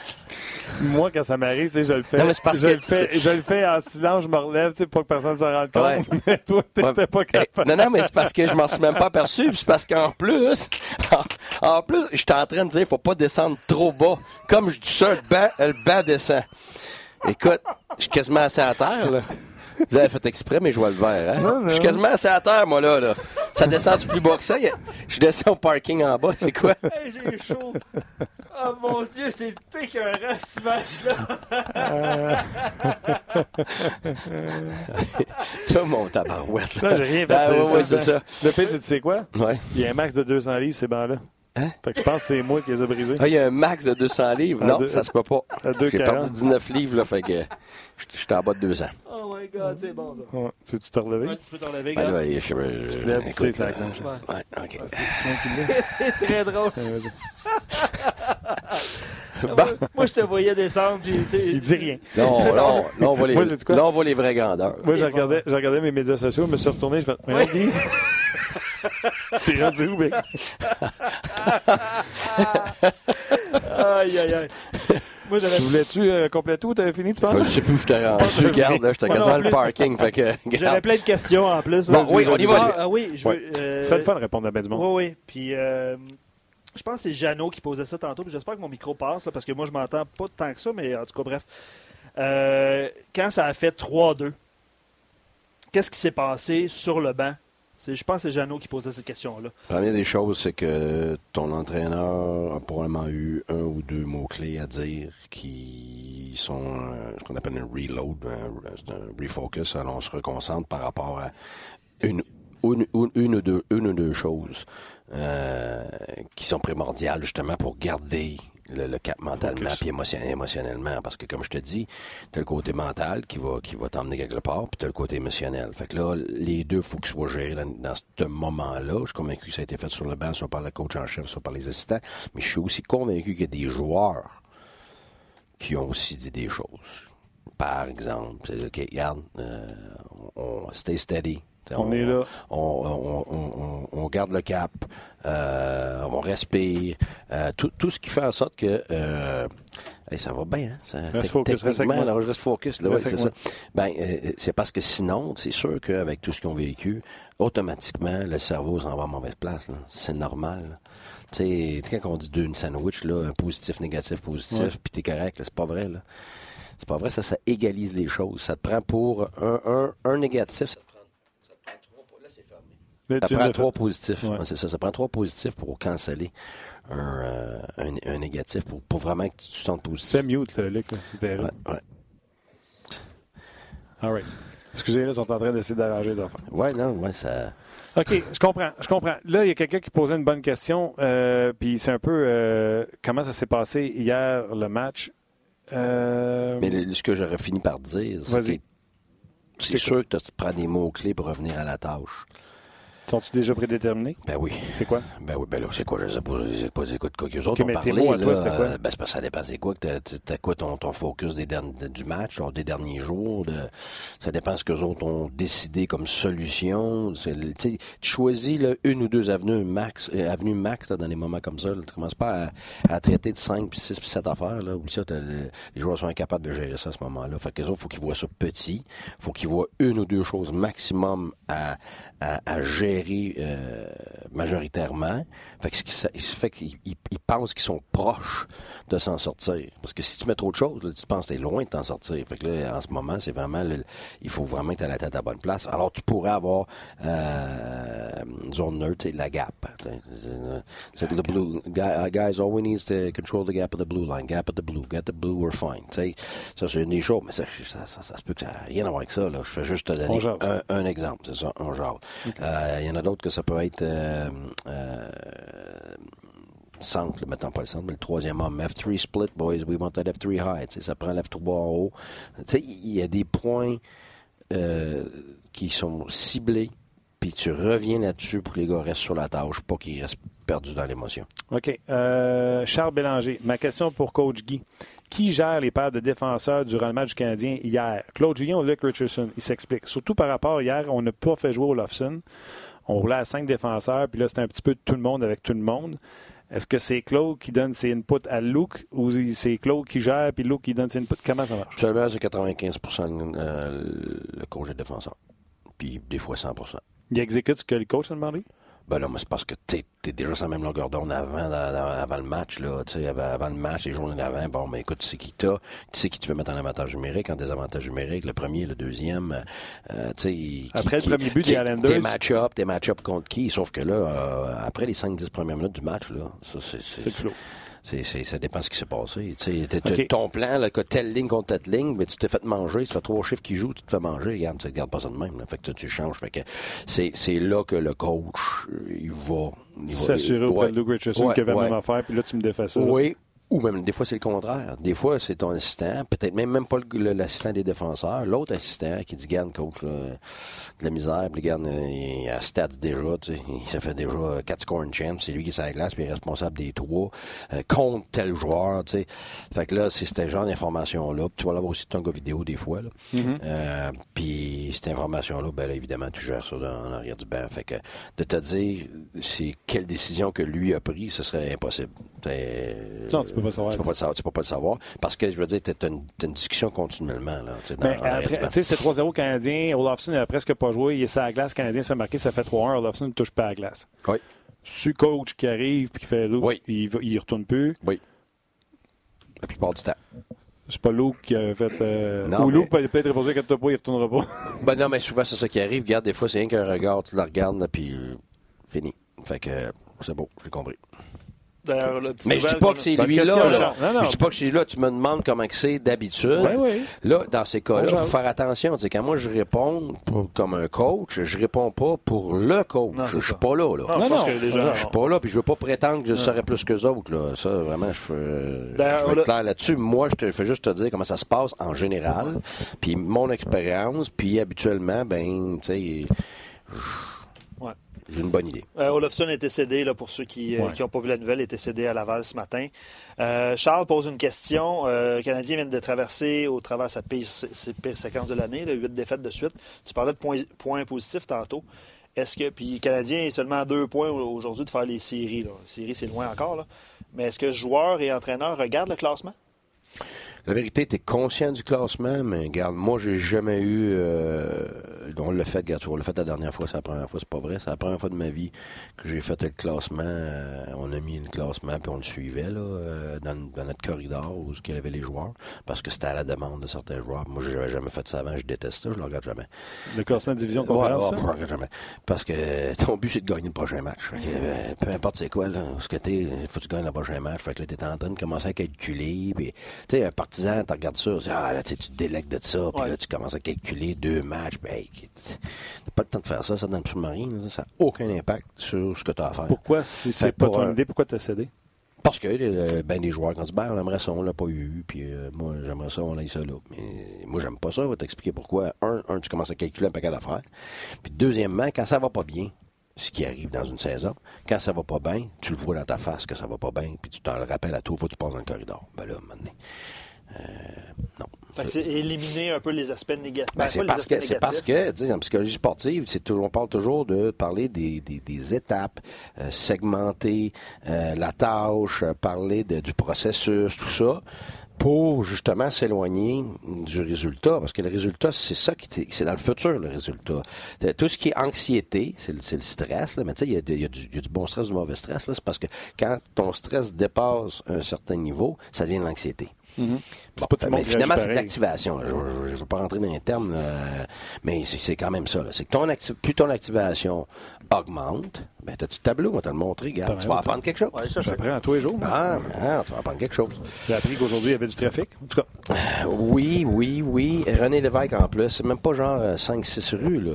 A: Moi, quand ça m'arrive, tu sais, je le fais.
D: Non, mais c'est parce
A: je,
D: que
A: le fais je le fais en silence, je me relève, tu sais, pour que personne ne s'en rende compte.
D: Ouais.
A: Mais toi, t'étais
D: Ouais.
A: pas capable.
D: Non, non, mais c'est parce que je m'en suis même pas aperçu. Puis c'est parce qu'en plus, en, en plus, j'étais en train de dire, faut pas descendre trop bas. Comme je dis ça, le banc, le banc descend. Écoute, je suis quasiment assis à terre, là. J'avais fait exprès, mais je vois le vert, hein?
A: Non, non.
D: Je suis quasiment assis à terre, moi, là, là. Ça descend du plus bas que ça. Je descends au parking en bas, c'est quoi?
E: Hey, j'ai chaud. Oh mon Dieu, c'est écœurant, cette image-là.
D: Ça, mon tabarouette.
A: Non, j'ai rien fait.
D: Ah,
A: c'est,
D: ouais,
A: c'est,
D: ouais, c'est ça.
A: Le pire, c'est tu sais quoi?
D: Ouais.
A: Il y a un max de deux cents livres, ces bancs-là.
D: Hein?
A: Fait que je pense que c'est moi qui les ai brisés.
D: Ah, il y a un max de deux cents livres.
A: À
D: non,
A: deux,
D: ça se peut pas. J'ai perdu dix-neuf livres, là, fait que je suis en bas de deux cents.
E: Oh my God, c'est bon, ça.
A: Ouais. Tu veux-tu te relever?
E: Ouais, tu peux te relever,
D: Ben
E: gars.
D: là, je sais pas.
A: Tu te lèves, tu sais, c'est la cloche.
E: Ouais.
D: Ouais, OK.
A: Ah, c'est moi qui le lève.
E: C'est très drôle.
A: Ouais, vas-y.
D: Bon.
E: Moi, moi, je te voyais descendre, puis tu sais.
A: Il dit rien.
D: Non, non, là, on voit les,
A: Moi, sais-tu quoi?
D: là, on voit les vraies grandeurs.
A: Moi, je regardais, je regardais mes médias sociaux, je me suis retourné, je fais «
E: Ouais.
A: Guy? T'es rendu où, Big? »
E: Aïe, aïe, aïe. Moi, j'avais.
A: Tu voulais-tu euh, compléter ou t'avais fini, tu penses?
D: Je sais plus où je t'ai rendu. Regarde, là, j'étais
E: Moi non
D: quasiment dans le
E: plus.
D: parking. Fait que,
E: J'avais
D: regarde.
E: plein de questions en plus.
D: Bon,
E: Vas-y,
D: oui, on
E: vas-y.
D: y va.
E: Ah, ah oui, je veux.
A: Ouais.
E: euh,
A: Ce serait le fun de répondre à ben du monde.
E: Oui, oui. Puis, euh, je pense que c'est Jeannot qui posait ça tantôt. Puis j'espère que mon micro passe, là, parce que moi, je m'entends pas tant que ça, mais en tout cas, bref. Euh, quand ça a fait trois deux, qu'est-ce qui s'est passé sur le banc? C'est, je pense que c'est Jeannot qui posait cette question-là.
D: La première des choses, c'est que ton entraîneur a probablement eu un ou deux mots-clés à dire qui sont euh, ce qu'on appelle un reload, un, c'est un refocus. Alors, on se reconcentre par rapport à une, une, une, une ou, deux, une ou deux choses euh, qui sont primordiales justement pour garder le, le cap mentalement et émotion, émotionnellement. Parce que, comme je te dis, tu as le côté mental qui va, qui va t'emmener quelque part, puis tu as le côté émotionnel. Fait que là, les deux, il faut qu'ils soient gérés dans, dans ce moment-là. Je suis convaincu que ça a été fait sur le banc, soit par le coach en chef, soit par les assistants. Mais je suis aussi convaincu qu'il y a des joueurs qui ont aussi dit des choses. Par exemple, c'est OK, regarde, euh, on, on stay steady.
A: On, on est là.
D: On, on, on, on garde le cap, euh, on respire, euh, tout, tout ce qui fait en sorte que euh, hey, ça va bien, hein? Ça,
A: reste focus, reste avec moi.
D: Alors, je reste focus. Là,
A: reste
D: ouais, c'est
A: avec
D: ça. Ben, euh, c'est parce que sinon, c'est sûr qu'avec tout ce qu'ils ont vécu, automatiquement, le cerveau s'en va à mauvaise place. Là. C'est normal. Tu sais, quand on dit d'une sandwich, là, un positif, négatif, positif,
A: ouais.
D: puis t'es correct, là, c'est pas vrai. Là. C'est pas vrai, ça, ça égalise les choses. Ça te prend pour un, un, un négatif, ça te prend, ça te prend trois. Là, c'est fermé.
A: Là,
D: Ça
A: tu
D: prend
A: l'as
D: trois
A: fait.
D: positifs.
A: Ouais.
D: Ouais, c'est ça. Ça prend trois positifs pour canceller un, euh, un, un négatif, pour, pour vraiment que tu te sentes positif.
A: C'est mute, là, Luc. Là. C'est terrible.
D: Ouais, ouais.
A: All right. Excusez, là, ils sont en train d'essayer d'arranger les affaires.
D: Ouais, non, ouais, ça.
A: OK, je comprends, je comprends. Là, il y a quelqu'un qui posait une bonne question, euh, puis c'est un peu euh, comment ça s'est passé hier, le match. Euh...
D: Mais le, ce que j'aurais fini par dire, c'est
A: Vas-y.
D: que c'est sûr que tu prends des mots-clés pour revenir à la tâche.
A: Sont-tu déjà prédéterminés?
D: Ben oui.
A: C'est quoi?
D: Ben oui, ben là, c'est quoi? Je sais pas, je sais pas, c'est quoi que les autres
A: Okay,
D: ont
A: mais
D: parlé.
A: tes mots à
D: là,
A: toi, c'était quoi?
D: euh, ben c'est parce que ça dépend, c'est quoi que t'as, t'as quoi ton, ton focus des derniers, du match, genre, des derniers jours. De, ça dépend ce que les autres ont décidé comme solution. C'est, tu choisis là, une ou deux avenues max, euh, avenues max là, dans des moments comme ça. Là, tu commences pas à, à traiter de cinq, puis six, puis sept affaires. Là, oublie ça, les joueurs sont incapables de gérer ça à ce moment-là. Fait que les autres, il faut qu'ils voient ça petit. Il faut qu'ils voient une ou deux choses maximum à, à, à gérer euh, majoritairement. Fait que ça, ça fait qu'ils ils, ils pensent qu'ils sont proches de s'en sortir. Parce que si tu mets trop de choses, là, tu penses que tu es loin de t'en sortir. Fait que là, en ce moment, c'est vraiment le, il faut vraiment que tu aies la tête à la bonne place. Alors, tu pourrais avoir euh, une zone neutre, la gap. C'est the blue. Guys, all we need is to control the gap of the blue line. Gap of the blue. Get the blue, we're fine. T'sais, ça, c'est une des choses, mais ça, ça, ça, ça se peut que ça n'a rien à voir avec ça. Là. Je fais juste te donner un, un exemple. C'est ça, un genre. Il okay. euh, y en a d'autres que ça peut être euh, euh, centre, mettons pas le centre, mais le troisième homme. F trois split, boys, we want that F trois high. T'sais, ça prend l'F trois en haut. Il y a des points euh, qui sont ciblés, puis tu reviens là-dessus pour que les gars restent sur la tâche, pas qu'ils restent perdus dans l'émotion.
A: OK. Euh, Charles Bélanger, ma question pour Coach Guy. Qui gère les paires de défenseurs durant le match du Canadien hier? Claude Julien ou Luke Richardson? Il s'explique. Surtout par rapport hier, on n'a pas fait jouer Olofsson. On roulait à cinq défenseurs, puis là, c'était un petit peu tout le monde avec tout le monde. Est-ce que c'est Claude qui donne ses inputs à Luke ou c'est Claude qui gère puis Luke qui donne ses inputs? Comment ça marche?
D: Seulement, c'est quatre-vingt-quinze pour cent euh, le coach est défenseur. Puis des fois cent pour cent.
A: Il exécute ce que le coach a demandé?
D: Ben là, moi, c'est parce que t'es, t'es déjà sur la même longueur d'onde avant, avant le match, là. Tu sais, avant, avant le match, les journées d'avant, bon, mais écoute, tu sais qui t'as, tu sais qui tu veux mettre en avantage numérique, en désavantage numérique, le premier, le deuxième, euh, tu sais...
A: Après
D: qui,
A: le premier but
D: qui,
A: des Islanders...
D: Tes match-up, tes match-up contre qui, sauf que là, euh, après les cinq dix premières minutes du match, là, ça, c'est...
A: C'est, c'est le flow.
D: C'est, c'est, ça dépend de ce qui s'est passé. Tu sais,
A: Okay.
D: Ton plan, là, que telle ligne contre telle ligne, mais tu t'es fait manger, tu fais trois chiffres qui jouent, tu te fais manger, regarde, tu ne regardes pas ça de même. Là. Fait que tu, tu changes. Fait que c'est, c'est là que le coach, il va... Il va
A: s'assurer auprès de Luke Richardson
D: ouais,
A: qu'il avait
D: ouais.
A: la même affaire, puis là, tu me défais ça.
D: Oui. Ou même, des fois, c'est le contraire. Des fois, c'est ton assistant, peut-être même, même pas le, le, l'assistant des défenseurs, l'autre assistant qui dit, garde, coach, là, de la misère, puis garde, il a stats déjà, tu sais, il s'est fait déjà quatre scoring champs, c'est lui qui est sur la glace, puis il est responsable des trois, euh, contre tel joueur, tu sais. Fait que là, c'est ce genre d'information-là, puis tu vas l'avoir aussi de ton gars vidéo des fois, là. Mm-hmm. Euh, puis cette information-là, ben là, évidemment, tu gères ça dans, en arrière du banc. Fait que de te dire, c'est quelle décision que lui a pris, ce serait impossible. T'es,
A: non, tu peux pas savoir.
D: Tu peux pas le savoir, tu peux pas le savoir. Parce que, je veux dire, tu as une, une discussion continuellement. Là, dans,
A: ben, après, tu sais, c'était trois zéro Canadien. Olofsson n'a presque pas joué. Il est sur la glace. Canadien s'est marqué. Ça fait trois un. Olofsson ne touche pas à la glace.
D: Oui.
A: Su coach qui arrive et qui fait Luke,
D: oui.
A: il, il retourne plus.
D: Oui. La plupart du temps.
A: C'est pas Luke qui a fait. Euh...
D: Non,
A: Ou
D: mais...
A: Luke peut être reposé quand tu pas, il retournera pas.
D: Ben non, mais souvent, c'est ça qui arrive. Regarde, des fois, c'est rien qu'un regard, tu la regardes, là, puis euh, fini. Fait que euh, c'est beau, j'ai compris.
B: D'ailleurs,
D: mais je dis pas que c'est lui là. là.
A: Non, non.
D: Je dis pas que c'est là. Tu me demandes comment que c'est d'habitude.
A: Ben oui.
D: Là, dans ces cas-là, il faut faire attention. Tu sais, quand moi je réponds pour, comme un coach, je réponds pas pour le coach. Non, je suis pas là. là.
B: Non, non, je pense que les gens,
D: je suis pas là. Puis je veux pas prétendre que je serais plus qu'eux autres. Là. Ça, vraiment, je, fais, je vais être clair là-dessus. Moi, je te fais juste te dire comment ça se passe en général. Puis mon expérience. Puis habituellement, ben, tu sais.
B: Ouais.
D: J'ai une bonne idée.
B: Euh, Olofsson était cédé, là, pour ceux qui n'ont ouais. pas vu la nouvelle, était cédé à Laval ce matin. Euh, Charles pose une question. Euh, le Canadien vient de traverser au travers de sa pire, ses pires séquences de l'année, là, huit défaites de suite. Tu parlais de points, points positifs tantôt. Est-ce que, puis le Canadien est seulement à deux points aujourd'hui de faire les séries. Là. Les séries, c'est loin encore. Là. Mais est-ce que joueurs et entraîneurs regardent le classement?
D: La vérité, tu es conscient du classement, mais regarde, moi, j'ai jamais eu... Euh, on l'a fait, regarde, on l'a fait la dernière fois, c'est la première fois, c'est pas vrai. C'est la première fois de ma vie que j'ai fait le classement. Euh, on a mis le classement, puis on le suivait là, euh, dans, dans notre corridor où il y avait les joueurs, parce que c'était à la demande de certains joueurs. Moi, je n'avais jamais fait ça avant, je déteste ça, je le regarde jamais.
A: Le classement de division conférence,
D: ouais, ouais,
A: ça?
D: je le regarde jamais. Parce que ton but, c'est de gagner le prochain match. Fait que, euh, peu importe c'est quoi, là, ce que t'es, il faut que tu gagnes le prochain match. Fait que là, t'es en train de commencer à calculer, puis, tu sais, un partisan, tu regardes ça, tu dis, ah, là, tu te délègues de ça, puis ouais. là, tu commences à calculer deux matchs, ben, t'as pas le temps de faire ça, ça dans le sous-marin, ça n'a aucun impact sur ce que tu as à faire.
A: Pourquoi, si c'est pas ton idée, pourquoi tu as cédé?
D: Parce que euh, ben, les joueurs, quand ils disent, ben, on aimerait ça, on l'a pas eu, puis euh, moi, j'aimerais ça, on a eu ça là. Mais moi, j'aime pas ça, je vais t'expliquer pourquoi. Un, un, tu commences à calculer un paquet d'affaires. Puis deuxièmement, quand ça va pas bien, ce qui arrive dans une saison, quand ça va pas bien, tu le vois dans ta face que ça va pas bien, puis tu t'en le rappelles à toi, faut que tu passes dans le corridor. Ben là, maintenant. Euh, non.
B: Fait que c'est éliminer un peu les aspects négatifs.
D: Ben, c'est, parce que, c'est parce que, tu sais, en psychologie sportive, c'est toujours, on parle toujours de parler des, des, des étapes, euh, segmenter euh, la tâche, euh, parler de, du processus, tout ça, pour justement s'éloigner du résultat. Parce que le résultat, c'est ça qui c'est dans le futur, le résultat. Tout ce qui est anxiété, c'est le, c'est le stress, là, mais tu sais, il y, y, y a du bon stress, du mauvais stress, là, c'est parce que quand ton stress dépasse un certain niveau, ça devient de l'anxiété.
A: Mm-hmm.
D: Bon,
A: c'est pas tout le monde
D: finalement, c'est de l'activation. Là. Je ne veux pas rentrer dans les termes, là, mais c'est, c'est quand même ça. Là. C'est que ton acti- plus ton activation augmente, ben, tu as du tableau, on va te le montrer. Regarde, tu vas apprendre quelque chose.
A: Ouais, ça, j'apprends à tous les jours.
D: Ah, ah, tu vas apprendre quelque chose.
A: J'ai appris qu'aujourd'hui, il y avait du trafic. En tout cas.
D: Euh, oui, oui, oui. René Lévesque en plus. C'est même pas genre cinq six rues, là.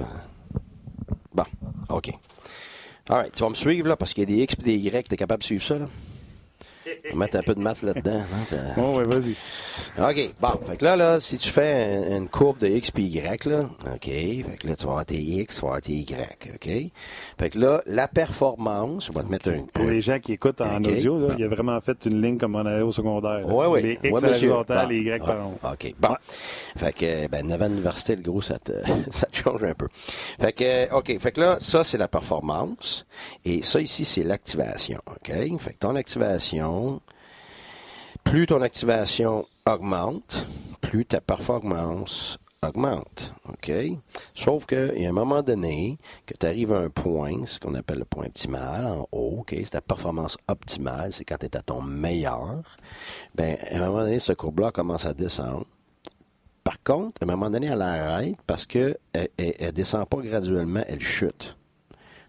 D: Bon, OK. All right, tu vas me suivre, là, parce qu'il y a des X et des Y. Tu es capable de suivre ça, là? On va mettre un peu de maths là-dedans. Hein,
A: oh, oui, vas-y.
D: OK. Bon, fait que là, là, si tu fais une courbe de X puis Y, là, OK, fait que là, tu vas avoir tes X, tu vas avoir tes Y, OK? Fait que là, la performance, on va te mettre un...
A: Pour les gens qui écoutent en okay. audio, là, bon. Il a vraiment fait une ligne comme on allait au secondaire.
D: Oui, oui.
A: Les X
D: ouais,
A: à l'horizontale, bon. Les Y par en haut.
D: OK. Bon. Ouais. Fait que, ben, neuf ans d'université, le gros, ça te, ça te change un peu. Fait que, OK. Fait que là, ça, c'est la performance. Et ça, ici, c'est l'activation, OK? Fait que ton activation, plus ton activation augmente, plus ta performance augmente. OK? Sauf qu'il y a un moment donné que tu arrives à un point, ce qu'on appelle le point optimal, en haut, OK? C'est ta performance optimale, c'est quand tu es à ton meilleur. Bien, à un moment donné, ce courbe-là commence à descendre. Par contre, à un moment donné, elle arrête parce qu'elle ne descend pas graduellement, elle chute.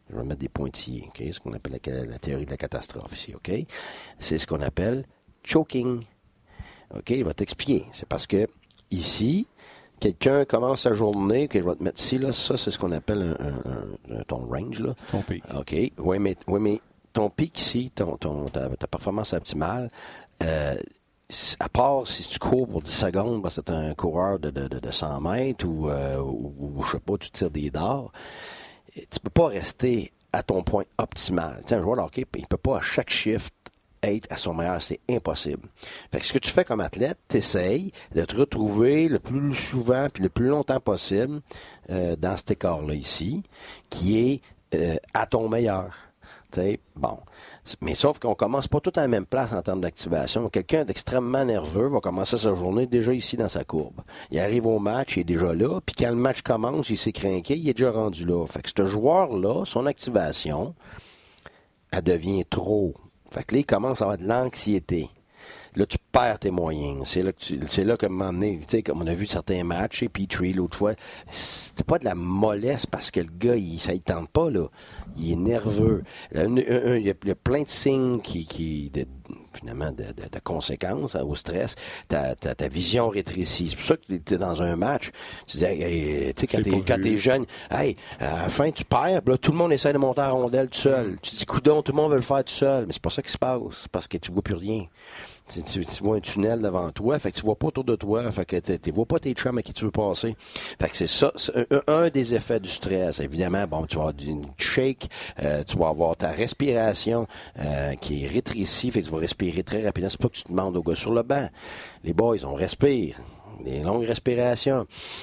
D: Je vais mettre des pointillés, OK? Ce qu'on appelle la, la théorie de la catastrophe ici, OK? C'est ce qu'on appelle choking. OK? Il va t'expliquer. C'est parce que ici, quelqu'un commence sa journée, OK, je vais te mettre ici, là, ça, c'est ce qu'on appelle un, un, un, ton range, là.
A: Ton pic.
D: OK. Oui, mais, oui, mais ton pic ici, ton, ton, ta, ta performance optimale, euh, à part si tu cours pour dix secondes parce que tu es un coureur de, de, de, de cent mètres ou, euh, ou, ou, je sais pas, tu tires des dards, tu peux pas rester à ton point optimal. Tu sais, un joueur de hockey, il peut pas à chaque shift être à son meilleur, c'est impossible. Fait que ce que tu fais comme athlète, tu essayes de te retrouver le plus souvent puis le plus longtemps possible euh, dans cet écart-là ici, qui est euh, à ton meilleur. T'sais, bon. Mais sauf qu'on commence pas tout à la même place en termes d'activation. Quelqu'un d'extrêmement nerveux va commencer sa journée déjà ici dans sa courbe. Il arrive au match, il est déjà là, puis quand le match commence, il s'est craqué, il est déjà rendu là. Fait que ce joueur-là, son activation, elle devient trop. Fait que là, il commence à avoir de l'anxiété. Là, tu perds tes moyens. C'est là que tu, c'est là qu'à un moment donné, tu sais, comme on a vu certains matchs, et Petrie l'autre fois, c'était pas de la mollesse parce que le gars, il, ça ne tente pas, là. Il est nerveux. Là, un, un, un, il, y a, il y a plein de signes qui, qui de, finalement, de, de, de conséquences au stress. Ta, ta, ta vision rétrécit. C'est pour ça que tu es dans un match. Tu dis, hey, hey, tu sais, quand t'es, quand t'es jeune, hey, à la fin, tu perds, là, tout le monde essaie de monter à la rondelle tout seul. Tu dis, coudonc, tout le monde veut le faire tout seul. Mais c'est pas ça qui se passe. C'est parce que tu vois plus rien. Tu, tu, tu vois un tunnel devant toi, fait que tu vois pas autour de toi, fait que tu vois pas tes chums à qui tu veux passer. Fait que c'est ça, c'est un, un des effets du stress. Évidemment, bon, tu vas avoir une shake, euh, tu vas avoir ta respiration euh, qui est rétrécie, fait que tu vas respirer très rapidement. C'est pas que tu te demandes au gars sur le banc. Les boys, on respire. Des longues respirations.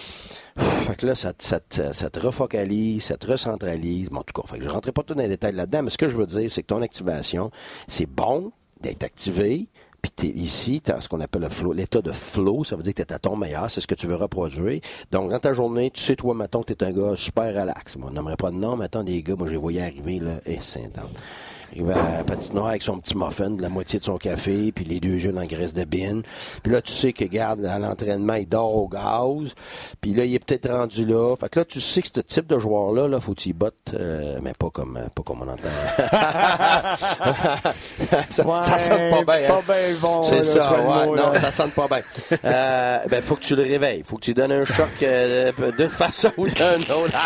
D: Fait que là, ça, ça, te, ça te refocalise, ça te recentralise. Bon, en tout cas, fait que je ne rentrerai pas tout dans les détails là-dedans, mais ce que je veux dire, c'est que ton activation, c'est bon d'être activé. Puis t'es ici, tu as ce qu'on appelle le flow, l'état de flow, ça veut dire que tu es à ton meilleur, c'est ce que tu veux reproduire. Donc, dans ta journée, tu sais, toi, mettons que tu es un gars super relax. Moi, on n'aimerait pas de nom, mettons des gars, moi, je les voyais arriver, là, et c'est intense. Il va à la patinoire avec son petit muffin, de la moitié de son café, puis les deux jeunes en graisse de bine. Puis là, tu sais que, garde, à l'entraînement, il dort au gaz. Puis là, il est peut-être rendu là. Fait que là, tu sais que ce type de joueur-là, là, faut qu'il botte, euh, mais pas comme, pas comme on entend. ça,
A: ouais,
D: ça sonne pas bien.
A: Pas bien bon.
D: C'est
A: là,
D: ça, ouais.
A: mot,
D: Non, ça sonne pas bien. Euh, ben, faut que tu le réveilles. Faut que tu lui donnes un choc euh, d'une façon ou d'une autre.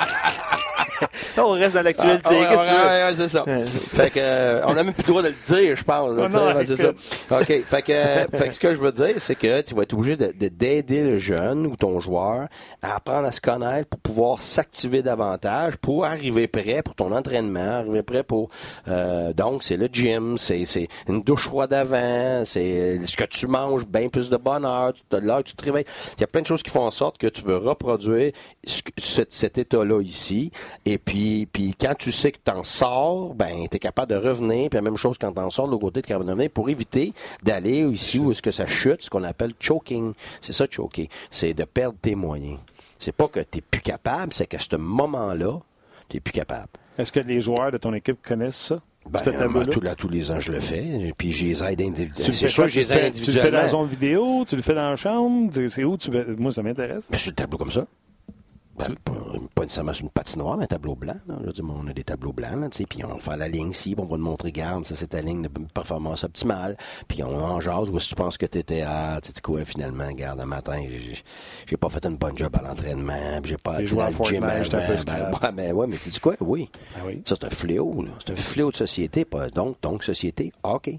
E: On reste dans l'actualité.
D: Ah, ouais,
E: Qu'est-ce que
D: ouais,
E: tu veux?
D: ouais, ouais, c'est ça. fait que, euh, on n'a même plus le droit de le dire, je pense.
A: Oh non,
D: c'est ça. OK. Fait que, euh, fait que ce que je veux dire, c'est que tu vas être obligé de, de, d'aider le jeune ou ton joueur à apprendre à se connaître pour pouvoir s'activer davantage, pour arriver prêt pour ton entraînement, arriver prêt pour... Euh, donc, c'est le gym, c'est, c'est une douche froide avant, c'est ce que tu manges, bien plus de bonheur, tu, l'heure tu te réveilles. Il y a plein de choses qui font en sorte que tu veux reproduire ce, cet, cet état-là ici. Et puis, puis quand tu sais que tu en sors, ben, tu es capable de revenir. Puis la même chose quand tu en sors de l'autre côté, tu es capable de revenir pour éviter d'aller ici où est-ce que ça chute, ce qu'on appelle choking. C'est ça, choker. C'est de perdre tes moyens. C'est pas que tu n'es plus capable, c'est qu'à ce moment-là, tu n'es plus capable.
A: Est-ce que les joueurs de ton équipe connaissent ça?
D: Ben, moi, tous, là, tous les ans, je le fais. Puis, je les aide individuellement.
A: C'est sûr que je les aide individuellement. Tu le fais dans la zone vidéo? Tu le fais dans la chambre? C'est où? Tu... Moi, ça m'intéresse.
D: Ben, sur le tableau comme ça. Ben, pas, pas nécessairement sur une patinoire, mais un tableau blanc. Là. Je veux dire, on a des tableaux blancs, là, puis on va faire la ligne ici, puis on va te montrer, regarde, ça c'est ta ligne de performance optimale. Puis on en jase, ou si tu penses que tu étais à, tu sais quoi, finalement, regarde, un matin, j'ai, j'ai pas fait une bonne job à l'entraînement, puis j'ai pas été dans le gym. Ben, ben, ben ouais, mais tu dis quoi? Oui.
A: Ben oui.
D: Ça, c'est un fléau, là. C'est un fléau de société, pas donc, donc société, OK.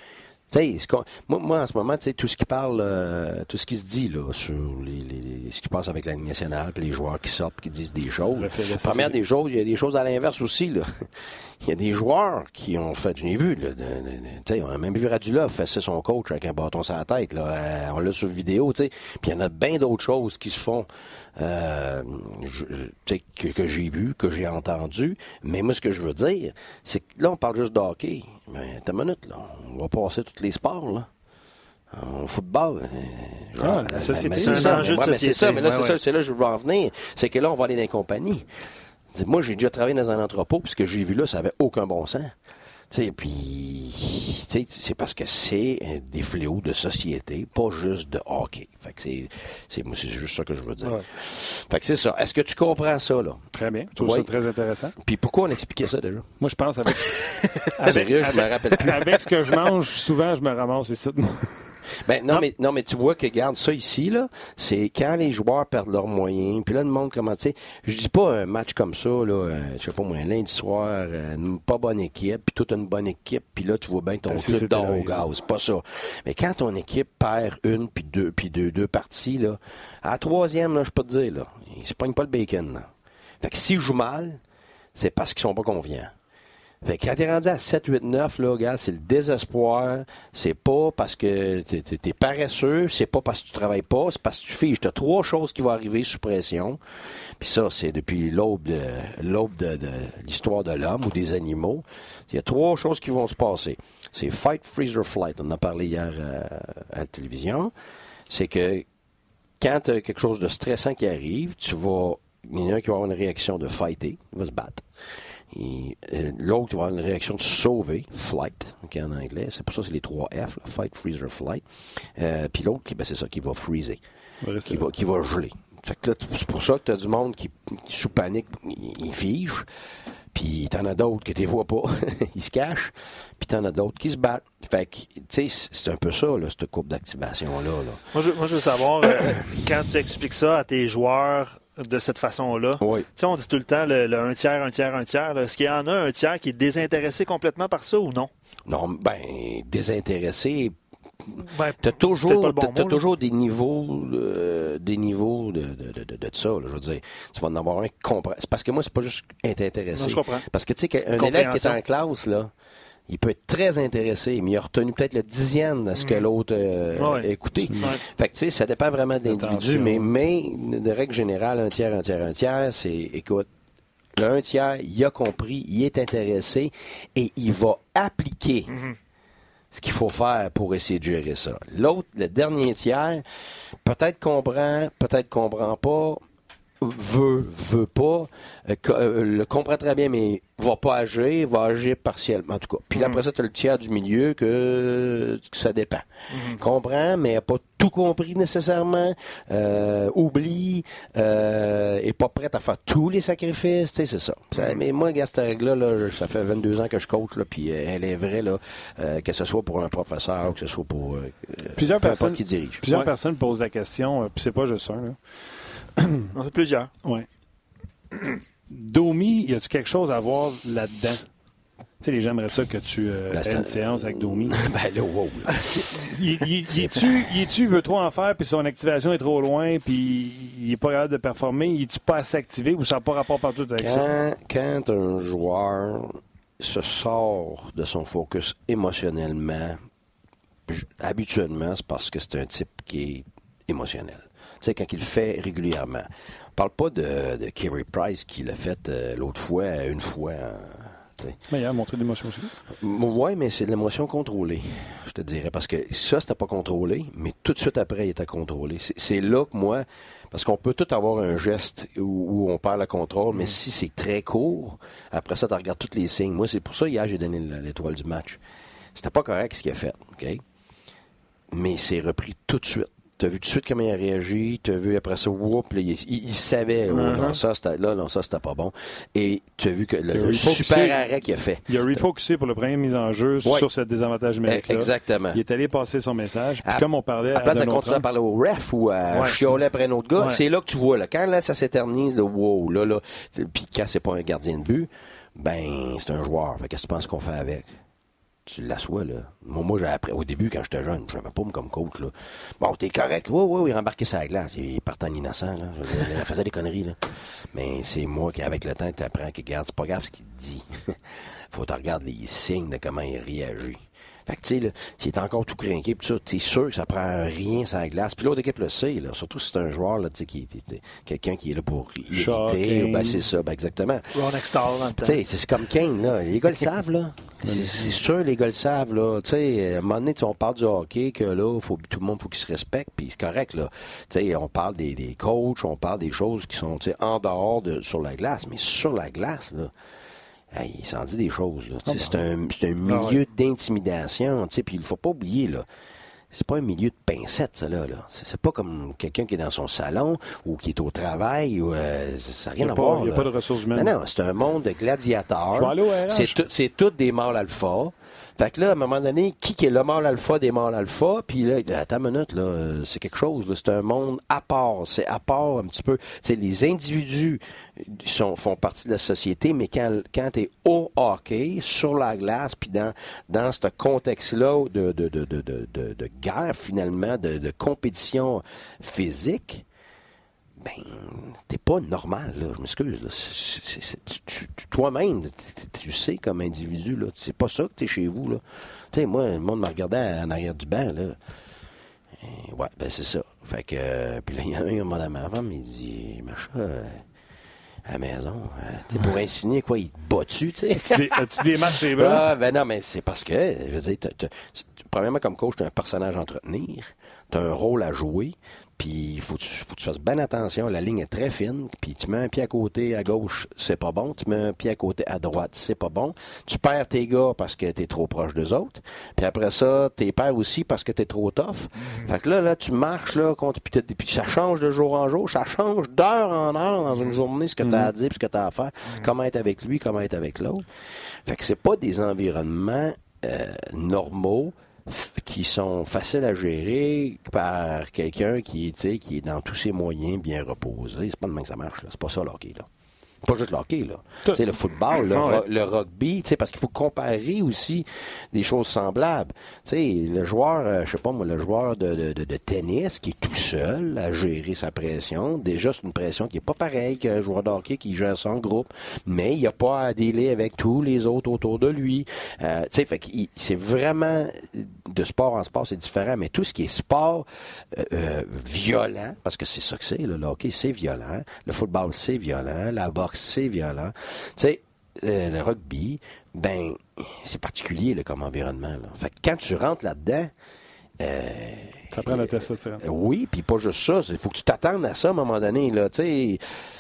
D: Moi, moi, en ce moment, tout ce qui parle, euh, tout ce qui se dit là, sur les, les, ce qui passe avec la Ligue nationale, puis les joueurs qui sortent, qui disent des choses. La première des choses, il y a des choses à l'inverse aussi. Là. Il y a des joueurs qui ont fait, je l'ai vu, là, de, de, de, on a même vu Radulov fesser son coach avec un bâton sur la tête. Là, euh, on l'a sur vidéo, puis il y en a bien d'autres choses qui se font euh, je, que, que j'ai vu, que j'ai entendu. Mais moi, ce que je veux dire, c'est que là, on parle juste de hockey. Mais t'as une minute, là, on va passer tous les sports, là. Au football. Euh,
A: genre, ah, la société,
D: c'est, c'est, un
A: enjeu
D: de ouais,
A: société.
D: c'est ça, mais là,
A: ouais,
D: c'est
A: ouais.
D: ça, c'est là que je veux en venir. C'est que là, on va aller dans les compagnies. Moi, j'ai déjà travaillé dans un entrepôt, puis ce que j'ai vu là, ça n'avait aucun bon sens. Tu sais, puis, tu sais, c'est parce que c'est des fléaux de société, pas juste de hockey. Fait que c'est, c'est, moi, c'est juste ça que je veux dire. Ouais. Fait que c'est ça. Est-ce que tu comprends ça, là?
A: Très bien. Je trouve ouais. ça très intéressant.
D: Puis pourquoi on expliquait ça, déjà?
A: Moi, je pense avec...
D: avec Sérieux, je me rappelle plus.
A: Avec ce que je mange, souvent, je me ramasse ici.
D: Ben non, mais non, mais tu vois que regarde ça ici là, c'est quand les joueurs perdent leurs moyens. Puis là, le monde comment tu sais, je dis pas un match comme ça là, euh, je sais pas moi, un lundi soir, euh, une pas bonne équipe, puis toute une bonne équipe, puis là tu vois bien ton club dort au gaz, c'est pas ça. Mais quand ton équipe perd une puis deux puis deux deux parties là, à la troisième là, je peux te dire là, ils se pognent pas le bacon là. Fait que s'ils jouent mal, c'est parce qu'ils sont pas confiants. Fait que quand t'es rendu à sept, huit, neuf, là, gars, c'est le désespoir. C'est pas parce que t'es, t'es, t'es paresseux, c'est pas parce que tu travailles pas, c'est parce que tu figes. T'as trois choses qui vont arriver sous pression. Puis ça, c'est depuis l'aube de, l'aube de, de l'histoire de l'homme ou des animaux. Il y a trois choses qui vont se passer. C'est fight, freeze or flight. On en a parlé hier euh, à la télévision. C'est que quand t'as quelque chose de stressant qui arrive, tu vas, il y en a un qui va avoir une réaction de fighter, il va se battre. Et, euh, l'autre, il va avoir une réaction de sauver, flight, okay, en anglais. C'est pour ça que c'est les trois F, là, fight, freeze or flight. Euh, puis l'autre, ben, c'est ça, qui va freezer, qui va, qui va geler. Fait que là, c'est pour ça que tu as du monde qui, qui sous panique, il, il fige. Puis t'en as d'autres que tu les vois pas, ils se cachent. Puis t'en as d'autres qui se battent. Fait que, tu sais, c'est un peu ça, là, cette courbe d'activation-là. Là.
E: Moi, je, moi, je veux savoir, euh, quand tu expliques ça à tes joueurs de cette façon-là,
D: oui.
E: Tu sais, on dit tout le temps le, le un tiers, un tiers, un tiers. Là. Est-ce qu'il y en a un tiers qui est désintéressé complètement par ça ou non?
D: Non, ben, désintéressé...
E: Ben,
D: t'as toujours,
E: bon
D: t'as, t'as
E: mot,
D: toujours des niveaux, euh, des niveaux de, de, de, de, de ça. Là, je veux dire, tu vas en avoir un qui comprend. C'est parce que moi, c'est pas juste être intéressé.
E: Non, je comprends.
D: Parce que tu sais, un élève qui est en classe là, il peut être très intéressé, mais il a retenu peut-être le dixième de ce que l'autre euh, ouais. a écouté. Ouais. Fait que tu sais, ça dépend vraiment de l'individu, mais, mais de règle générale, un tiers, un tiers, un tiers, c'est, écoute, le un tiers, il a compris, il est intéressé et il va appliquer. Mm-hmm. Ce qu'il faut faire pour essayer de gérer ça. L'autre, le dernier tiers, peut-être comprend, peut-être comprend pas, veut, veut pas, euh, euh, le comprend très bien, mais va pas agir, va agir partiellement, en tout cas. Puis mm-hmm. après ça, tu as le tiers du milieu que, que ça dépend. Mm-hmm. Comprend, mais n'a pas tout compris nécessairement, euh, oublie, euh, est pas prête à faire tous les sacrifices, tu sais, c'est ça. ça mm-hmm. Mais moi, regarde, cette règle-là, là, ça fait vingt-deux ans que je coach, là, puis euh, elle est vraie, là, euh, que ce soit pour un professeur ou que ce soit pour euh,
A: plusieurs personnes
D: qui dirige.
A: Plusieurs
D: ouais.
A: personnes posent la question, euh, puis c'est pas juste un, là.
E: On fait plusieurs.
A: Oui. Domi, y a-tu quelque chose à voir là-dedans? Tu sais, les gens aimeraient ça que tu euh, aies une séance avec Domi.
D: Ben là, wow. Là.
A: il, il, il, est-tu, il est-tu veut trop en faire, puis son activation est trop loin, puis il n'est pas capable de performer? Il est-tu pas assez activé ou ça n'a pas rapport partout avec
D: quand,
A: ça?
D: Quand un joueur se sort de son focus émotionnellement, habituellement, c'est parce que c'est un type qui est émotionnel. Tu sais, quand il le fait régulièrement. On parle pas de, de Carey Price qui l'a fait euh, l'autre fois, une fois. Euh,
A: mais il a montré de l'émotion aussi.
D: Oui, mais c'est de l'émotion contrôlée, je te dirais. Parce que ça, c'était pas contrôlé, mais tout de suite après, il était contrôlé. C'est, c'est là que moi, parce qu'on peut tout avoir un geste où, où on perd le contrôle, mais mm. si c'est très court, après ça, tu regardes tous les signes. Moi, c'est pour ça, hier, j'ai donné l'étoile du match. C'était pas correct ce qu'il a fait, OK? Mais il s'est repris tout de suite. T'as vu tout de suite comment il a réagi, t'as vu après ça, whoop, là, il, il, il savait, oh, uh-huh. non, ça, c'était, là, non, ça, c'était pas bon. Et t'as vu que le, le super arrêt qu'il a fait.
A: Il a refocusé pour le premier mise en jeu ouais. sur ce désavantage numérique-là.
D: Exactement.
A: Il est allé passer son message. Puis à, comme on parlait
D: à, à place de continuer à parler au ref ou à ouais. chioler après un autre gars, ouais. c'est là que tu vois, là, quand là, ça s'éternise, là, wow, là, là, puis quand c'est pas un gardien de but, ben, c'est un joueur. Fait qu'est-ce que tu penses qu'on fait avec? Tu l'assois, là. Moi, moi j'ai appris, au début, quand j'étais jeune, je n'avais pas comme coach, là. Bon, t'es correct. Oui, oui, oui, il rembarquait sa glace. Il partait en innocent, là. Il faisait des conneries, là. Mais c'est moi qui, avec le temps, tu apprends qu'il garde. C'est pas grave ce qu'il te dit. Faut que tu regardes les signes de comment il réagit. Fait que, tu sais, là, s'il est encore tout crinqué, pis ça, t'es sûr que ça prend rien sur la glace. Puis l'autre équipe le sait, là. Surtout si c'est un joueur, là, tu sais, qui est quelqu'un qui est là pour irriter. Ben, c'est ça, ben, exactement.
E: Ron Extall, en
D: Tu sais, c'est comme Kane, là. Les gars le savent, là. C'est, c'est sûr, les gars le savent, là. Tu sais, à un moment donné, on parle du hockey, que là, faut, tout le monde, faut qu'il se respecte, puis c'est correct, là. Tu sais, on parle des, des coachs, on parle des choses qui sont, tu sais, en dehors de, sur la glace. Mais sur la glace, là, Hey, il s'en dit des choses. Là.
A: Oh,
D: c'est, un, c'est un milieu ah, ouais. d'intimidation. Puis il ne faut pas oublier, là. C'est pas un milieu de pincettes, ça, là. là. C'est, c'est pas comme quelqu'un qui est dans son salon ou qui est au travail. Ou, euh, ça n'a rien à
A: pas,
D: voir.
A: Il n'y a
D: là.
A: pas de ressources humaines.
D: Non, non, c'est un monde de gladiateurs. C'est, tout, c'est tous des mâles alpha. Fait que là, à un moment donné, qui, qui est le mâle alpha des mâles alpha? Puis là, attends une minute, là, c'est quelque chose. Là, c'est un monde à part. C'est à part un petit peu. T'sais, les individus sont, font partie de la société, mais quand, quand tu es au hockey, sur la glace, puis dans, dans ce contexte-là de, de, de, de, de, de, de guerre, finalement, de, de compétition physique, ben, t'es pas normal, là. Je m'excuse, là. C'est, c'est, c'est, tu, tu, toi-même, tu, tu sais comme individu, là. C'est pas ça que t'es chez vous, là. Tu sais, moi, le monde me regardait en arrière du banc, là. Et, ouais, ben, c'est ça. Fait que, euh, puis là, il y a un, un moment avant, mais il dit, machin, euh, à la maison, euh, tu sais, pour insinuer, quoi, il te bat dessus, tu sais.
A: As-tu des, as-tu des matchs, c'est vrai?
D: Ah, ben non, mais c'est parce que, je veux dire, t'as, t'as, premièrement, comme coach, t'as un personnage à entretenir, t'as un rôle à jouer. Puis il faut, faut que tu fasses bien attention. La ligne est très fine. Puis tu mets un pied à côté à gauche, c'est pas bon. Tu mets un pied à côté à droite, c'est pas bon. Tu perds tes gars parce que t'es trop proche d'eux autres. Puis après ça, t'es perds aussi parce que t'es trop tough. Mm-hmm. Fait que là, là, tu marches, là, contre, puis, puis ça change de jour en jour. Ça change d'heure en heure dans une journée, ce que mm-hmm. t'as à dire puis ce que t'as à faire. Mm-hmm. Comment être avec lui, comment être avec l'autre. Fait que c'est pas des environnements euh, normaux qui sont faciles à gérer par quelqu'un qui, qui est dans tous ses moyens bien reposé. C'est pas de même que ça marche, là. C'est pas ça, le hockey, là. Pas juste le hockey, là. Tu sais, le football, le, ro- le rugby, tu sais, parce qu'il faut comparer aussi des choses semblables. Tu sais, le joueur, euh, je sais pas moi, le joueur de, de, de, de tennis qui est tout seul à gérer sa pression, déjà, c'est une pression qui est pas pareille qu'un joueur de hockey qui gère son groupe, mais il n'y a pas à dealer avec tous les autres autour de lui. Euh, tu sais, fait que c'est vraiment, de sport en sport, c'est différent, mais tout ce qui est sport euh, euh, violent, parce que c'est ça que c'est, là, le hockey, c'est violent, le football, c'est violent, la boxe, c'est violent. Tu sais, euh, le rugby, ben, c'est particulier là, comme environnement. Là. Fait que quand tu rentres là-dedans, euh,
A: ça prend la testostérone.
D: Euh, oui, puis pas juste ça. Il faut que tu t'attendes à ça à un moment donné. Là. Tu sais,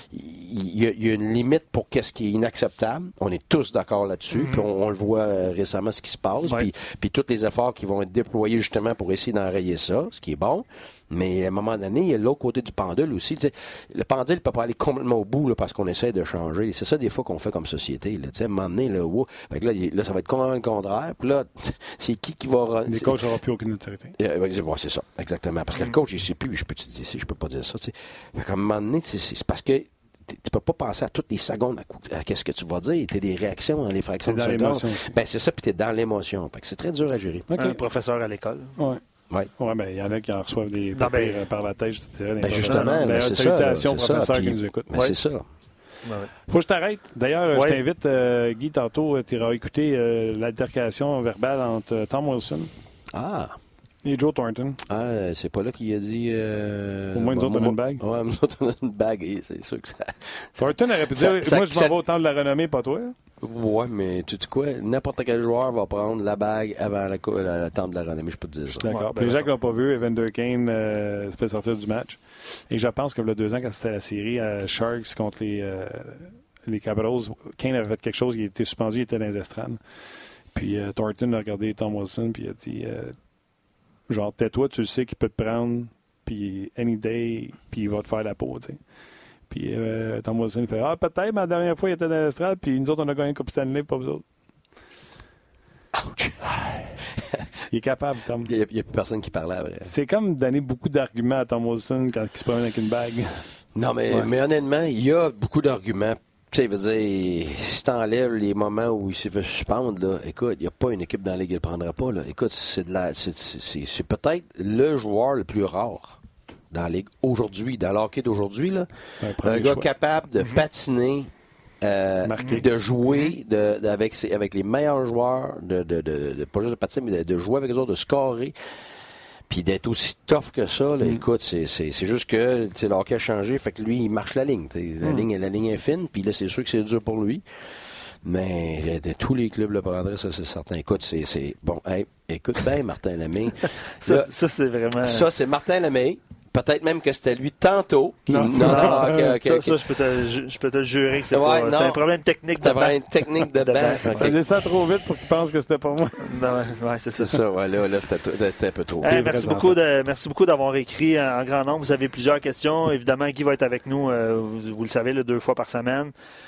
D: il y, y a une limite pour qu'est-ce qui est inacceptable. On est tous d'accord là-dessus. Mm-hmm. Puis on, on le voit euh, récemment, ce qui se passe. Ouais. Puis, puis tous les efforts qui vont être déployés justement pour essayer d'enrayer ça, ce qui est bon. Mais à un moment donné, il y a l'autre côté du pendule aussi. T'sais, le pendule ne peut pas aller complètement au bout là, parce qu'on essaie de changer. C'est ça des fois qu'on fait comme société. Là, à un moment donné, là, wow, fait que là, là, ça va être complètement le contraire. Puis là, c'est qui qui va...
A: Les coachs n'auront plus aucune autorité.
D: Euh, ouais, c'est ça, exactement. Parce que le coach, il ne sait plus, je peux te dire ça, je peux pas dire ça. T'sais. Fait qu'à un moment donné, c'est, c'est parce que tu peux pas penser à toutes les secondes à, à qu'est-ce que tu vas dire. Tu as des réactions dans les fractions de secondes. Ben, c'est ça, puis tu es dans l'émotion. Fait que c'est très dur à gérer.
E: Okay. Un professeur à l'école.
A: Oui.
D: Oui,
A: ouais, ben, il y en a qui en reçoivent des papiers ben, par la tête, je te dirais.
D: Ben justement, ben, c'est
A: salutations
D: ça,
A: professeurs
D: puis,
A: qui nous écoutent.
D: Ben, ouais. C'est ça.
A: Ouais. Faut que je t'arrête. D'ailleurs, ouais. je t'invite, euh, Guy, tantôt, tu iras écouter euh, l'altercation verbale entre euh, Tom Wilson
D: ah.
A: et Joe Thornton.
D: Ah, c'est pas là qu'il a dit... Euh...
A: Au moins, nous
D: bon,
A: autres, on a une bague.
D: Oui, nous autres, on a une bague, et c'est sûr que ça...
A: Thornton aurait pu dire, ça, moi, je m'en ça... vais au temps de la renommée, pas toi.
D: Ouais, mais tu sais quoi, n'importe quel joueur va prendre la bague avant la, la, la temps de la renommée, je peux te dire ça.
A: D'accord.
D: Ouais,
A: ben les gens qui l'ont pas vu, Evander Kane euh, se fait sortir du match. Et je pense que il y a deux ans, quand c'était la série à Sharks contre les, euh, les Capitals, Kane avait fait quelque chose, il était suspendu, il était dans les estrades. Puis euh, Thornton a regardé Tom Wilson, puis il a dit euh, genre, tais-toi, tu le sais qu'il peut te prendre, puis any day, puis il va te faire la peau, tu sais. Puis euh, Tom Wilson fait « Ah, peut-être, mais la dernière fois, il était dans l'estrade, puis nous autres, on a gagné une Coupe Stanley, pas vous autres. » Il est capable, Tom.
D: Il n'y a, a plus personne qui parlait après.
A: C'est comme donner beaucoup d'arguments à Tom Wilson quand il se promène avec une bague.
D: Non, mais, ouais. mais honnêtement, il y a beaucoup d'arguments. Tu sais, il veut dire, si t'enlèves les moments où il s'est fait suspendre, là, écoute, il n'y a pas une équipe dans la Ligue qui ne le prendra pas. Là. Écoute, c'est, de la, c'est, c'est, c'est peut-être le joueur le plus rare dans la Ligue aujourd'hui, dans l'hockey d'aujourd'hui. Là. Un, un gars choix. capable de mm-hmm. patiner, euh, de jouer de, de, avec, ses, avec les meilleurs joueurs, de, de, de, de, pas juste de patiner, mais de, de jouer avec les autres, de scorer, puis d'être aussi tough que ça. Là, mm. Écoute, c'est, c'est, c'est juste que le hockey a changé, fait que lui, il marche la ligne. La, mm. ligne la ligne est fine, puis là, c'est sûr que c'est dur pour lui. Mais de, tous les clubs le prendraient, ça, c'est certain. Écoute, c'est... c'est bon, hey, écoute bien, Martin Lemay.
E: ça, là, ça, c'est vraiment...
D: Ça, c'est Martin Lemay. Peut-être même que c'était lui tantôt. Qui...
A: Non,
D: non,
A: non,
D: non,
A: non,
D: okay, okay,
B: ça,
D: okay.
B: ça je, peux te, je, je peux te le jurer que c'est,
D: Ouais,
B: pas,
D: non.
B: c'est un problème technique de
D: C'était
B: banc.
D: une technique de
B: De
D: banc.
B: banc.
D: Ok.
A: Ça descend trop vite pour qu'il pense que c'était pas moi.
B: Non, ouais, c'est ça.
D: C'est ça, ouais, là, là c'était, c'était un peu trop.
B: Hey,
A: Des
B: merci,
A: vrais
B: beaucoup de, merci beaucoup d'avoir écrit en grand nombre. Vous avez plusieurs questions. Évidemment, Guy va être avec nous, euh, vous, vous le savez, là, deux fois par semaine.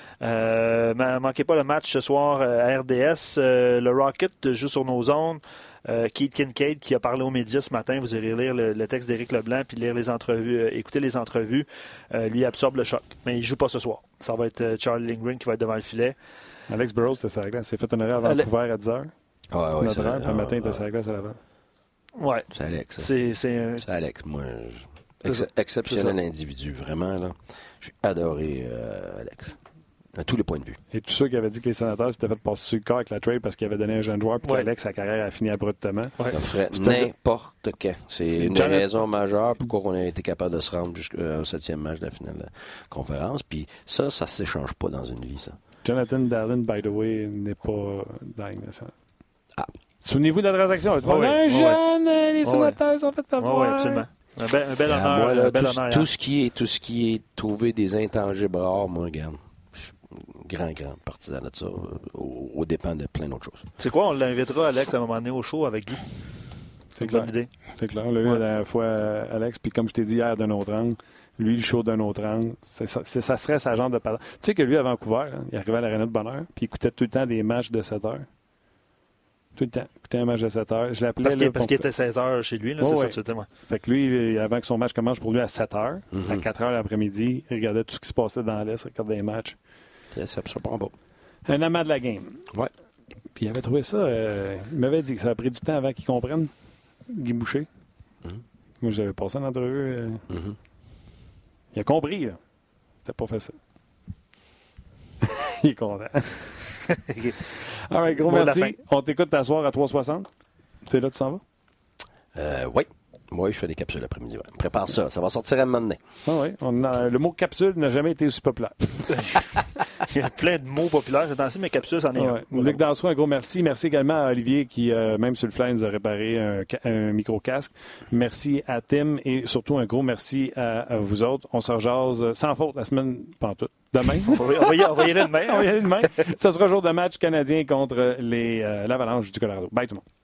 B: Euh, manquez pas le match ce soir euh, à R D S. Euh, le Rocket joue sur nos zones. Euh, Keith Kincaid qui a parlé aux médias ce matin. Vous irez lire le, le texte d'Éric Leblanc puis lire les entrevues, euh, écouter les entrevues. Euh, lui absorbe le choc. Mais il joue pas ce soir. Ça va être euh, Charlie Lindgren qui va être devant le filet.
A: Alex Burrows, c'était sa glace. Il s'est fait honorer à Vancouver à dix heures.
D: Ouais, ouais,
A: Notre
D: c'est,
A: heure, puis le
D: ah,
A: matin, il était
D: ah,
A: sur la glace à Laval.
B: Ouais.
D: c'est Alex. ça.
B: C'est, c'est un...
D: C'est Alex, moi. je-
B: C'est
D: ex- exceptionnel individu, vraiment. Là. J'ai adoré euh, Alex. À tous les points de vue.
A: Et tous ceux qui avaient dit que les sénateurs s'étaient fait passer sur le corps avec la trade parce qu'ils avaient donné un jeune joueur puis
B: Ouais.
A: qu'Alex, sa carrière a fini abruptement.
B: Ouais.
D: Ça ferait
A: C'était-
D: n'importe quand. C'est une des
A: Janet-
D: raisons majeures pourquoi on a été capable de se rendre jusqu'au septième match de la finale de la conférence. Puis ça, ça ne s'échange pas dans une vie, ça.
A: Jonathan Dallin, by the way, n'est pas dans la nationale.
D: Ah.
A: Souvenez-vous de la transaction.
B: Ouais,
A: un
B: ouais.
A: jeune, euh, les
B: Ouais.
A: sénateurs sont fait avoir.
B: Oui, absolument. Un bel, un bel
D: Ah,
B: honneur.
D: moi, là,
B: un bel
D: tout,
B: honneur.
D: tout ce qui est, tout ce qui est trouver des intangibles rares, moi, regarde, je suis grand, grand partisan de ça, euh, au, au dépend de plein d'autres choses.
B: C'est quoi, on l'invitera, Alex, à un moment donné au show avec Guy.
A: C'est
B: C'est une
A: clair.
B: bonne idée.
A: C'est clair. On l'a eu
B: Ouais.
A: la dernière fois, euh, Alex. Puis comme je t'ai dit hier, d'un autre angle, lui, le show d'un autre angle, c'est ça, c'est- ça serait sa genre de parole. Tu sais que lui, à Vancouver, hein, il arrivait à l'Arena de Bonheur, puis il écoutait tout le temps des matchs de sept heures. Tout le temps. Il écoutait un match de sept heures. Je l'appelais.
B: Parce, qu'il,
A: là,
B: parce
A: pour-
B: qu'il était seize heures chez lui, là,
A: Ouais,
B: c'est
A: ouais.
B: ça que tu dis, moi.
A: Fait que lui, il- avant que son match commence pour lui à sept heures,
D: Mhm.
A: à quatre heures l'après-midi, il regardait tout ce qui se passait dans l'Est, il regardait les matchs.
D: Ça, ça, ça prend pas.
A: Un amant de la game.
D: Ouais.
A: Puis il avait trouvé ça. euh, il m'avait dit que ça a pris du temps avant qu'il comprenne. Guy Boucher.
D: Mhm.
A: Moi, j'avais passé en entrevue. euh,
D: Mhm.
A: il a compris, là. C'était pas facile. il est content. All right, gros
B: Mot de la
A: merci. On t'écoute t'asseoir à trois soixante. C'est là que tu s'en vas?
D: Euh, oui. Oui, je fais des capsules l'après-midi. Ouais. Prépare ça. Ça va sortir à un moment donné.
A: Ah oui. On a- le mot capsule n'a jamais été aussi populaire.
B: Il y a plein de mots populaires. J'ai dansé mes capsules, c'en est
A: Ah
B: un.
A: ouais.
B: Voilà.
A: Luc Dansereau, un gros merci. Merci également à Olivier qui, euh, même sur le fly, nous a réparé un, ca- un micro-casque. Merci à Tim et surtout un gros merci à, à vous autres. On se rejase sans faute la semaine pantoute. Demain.
B: On va, on va y, on va y aller demain.
A: On
B: hein.
A: va y aller demain. Ça sera jour de match canadien contre les, euh, l'Avalanche du Colorado. Bye tout le monde.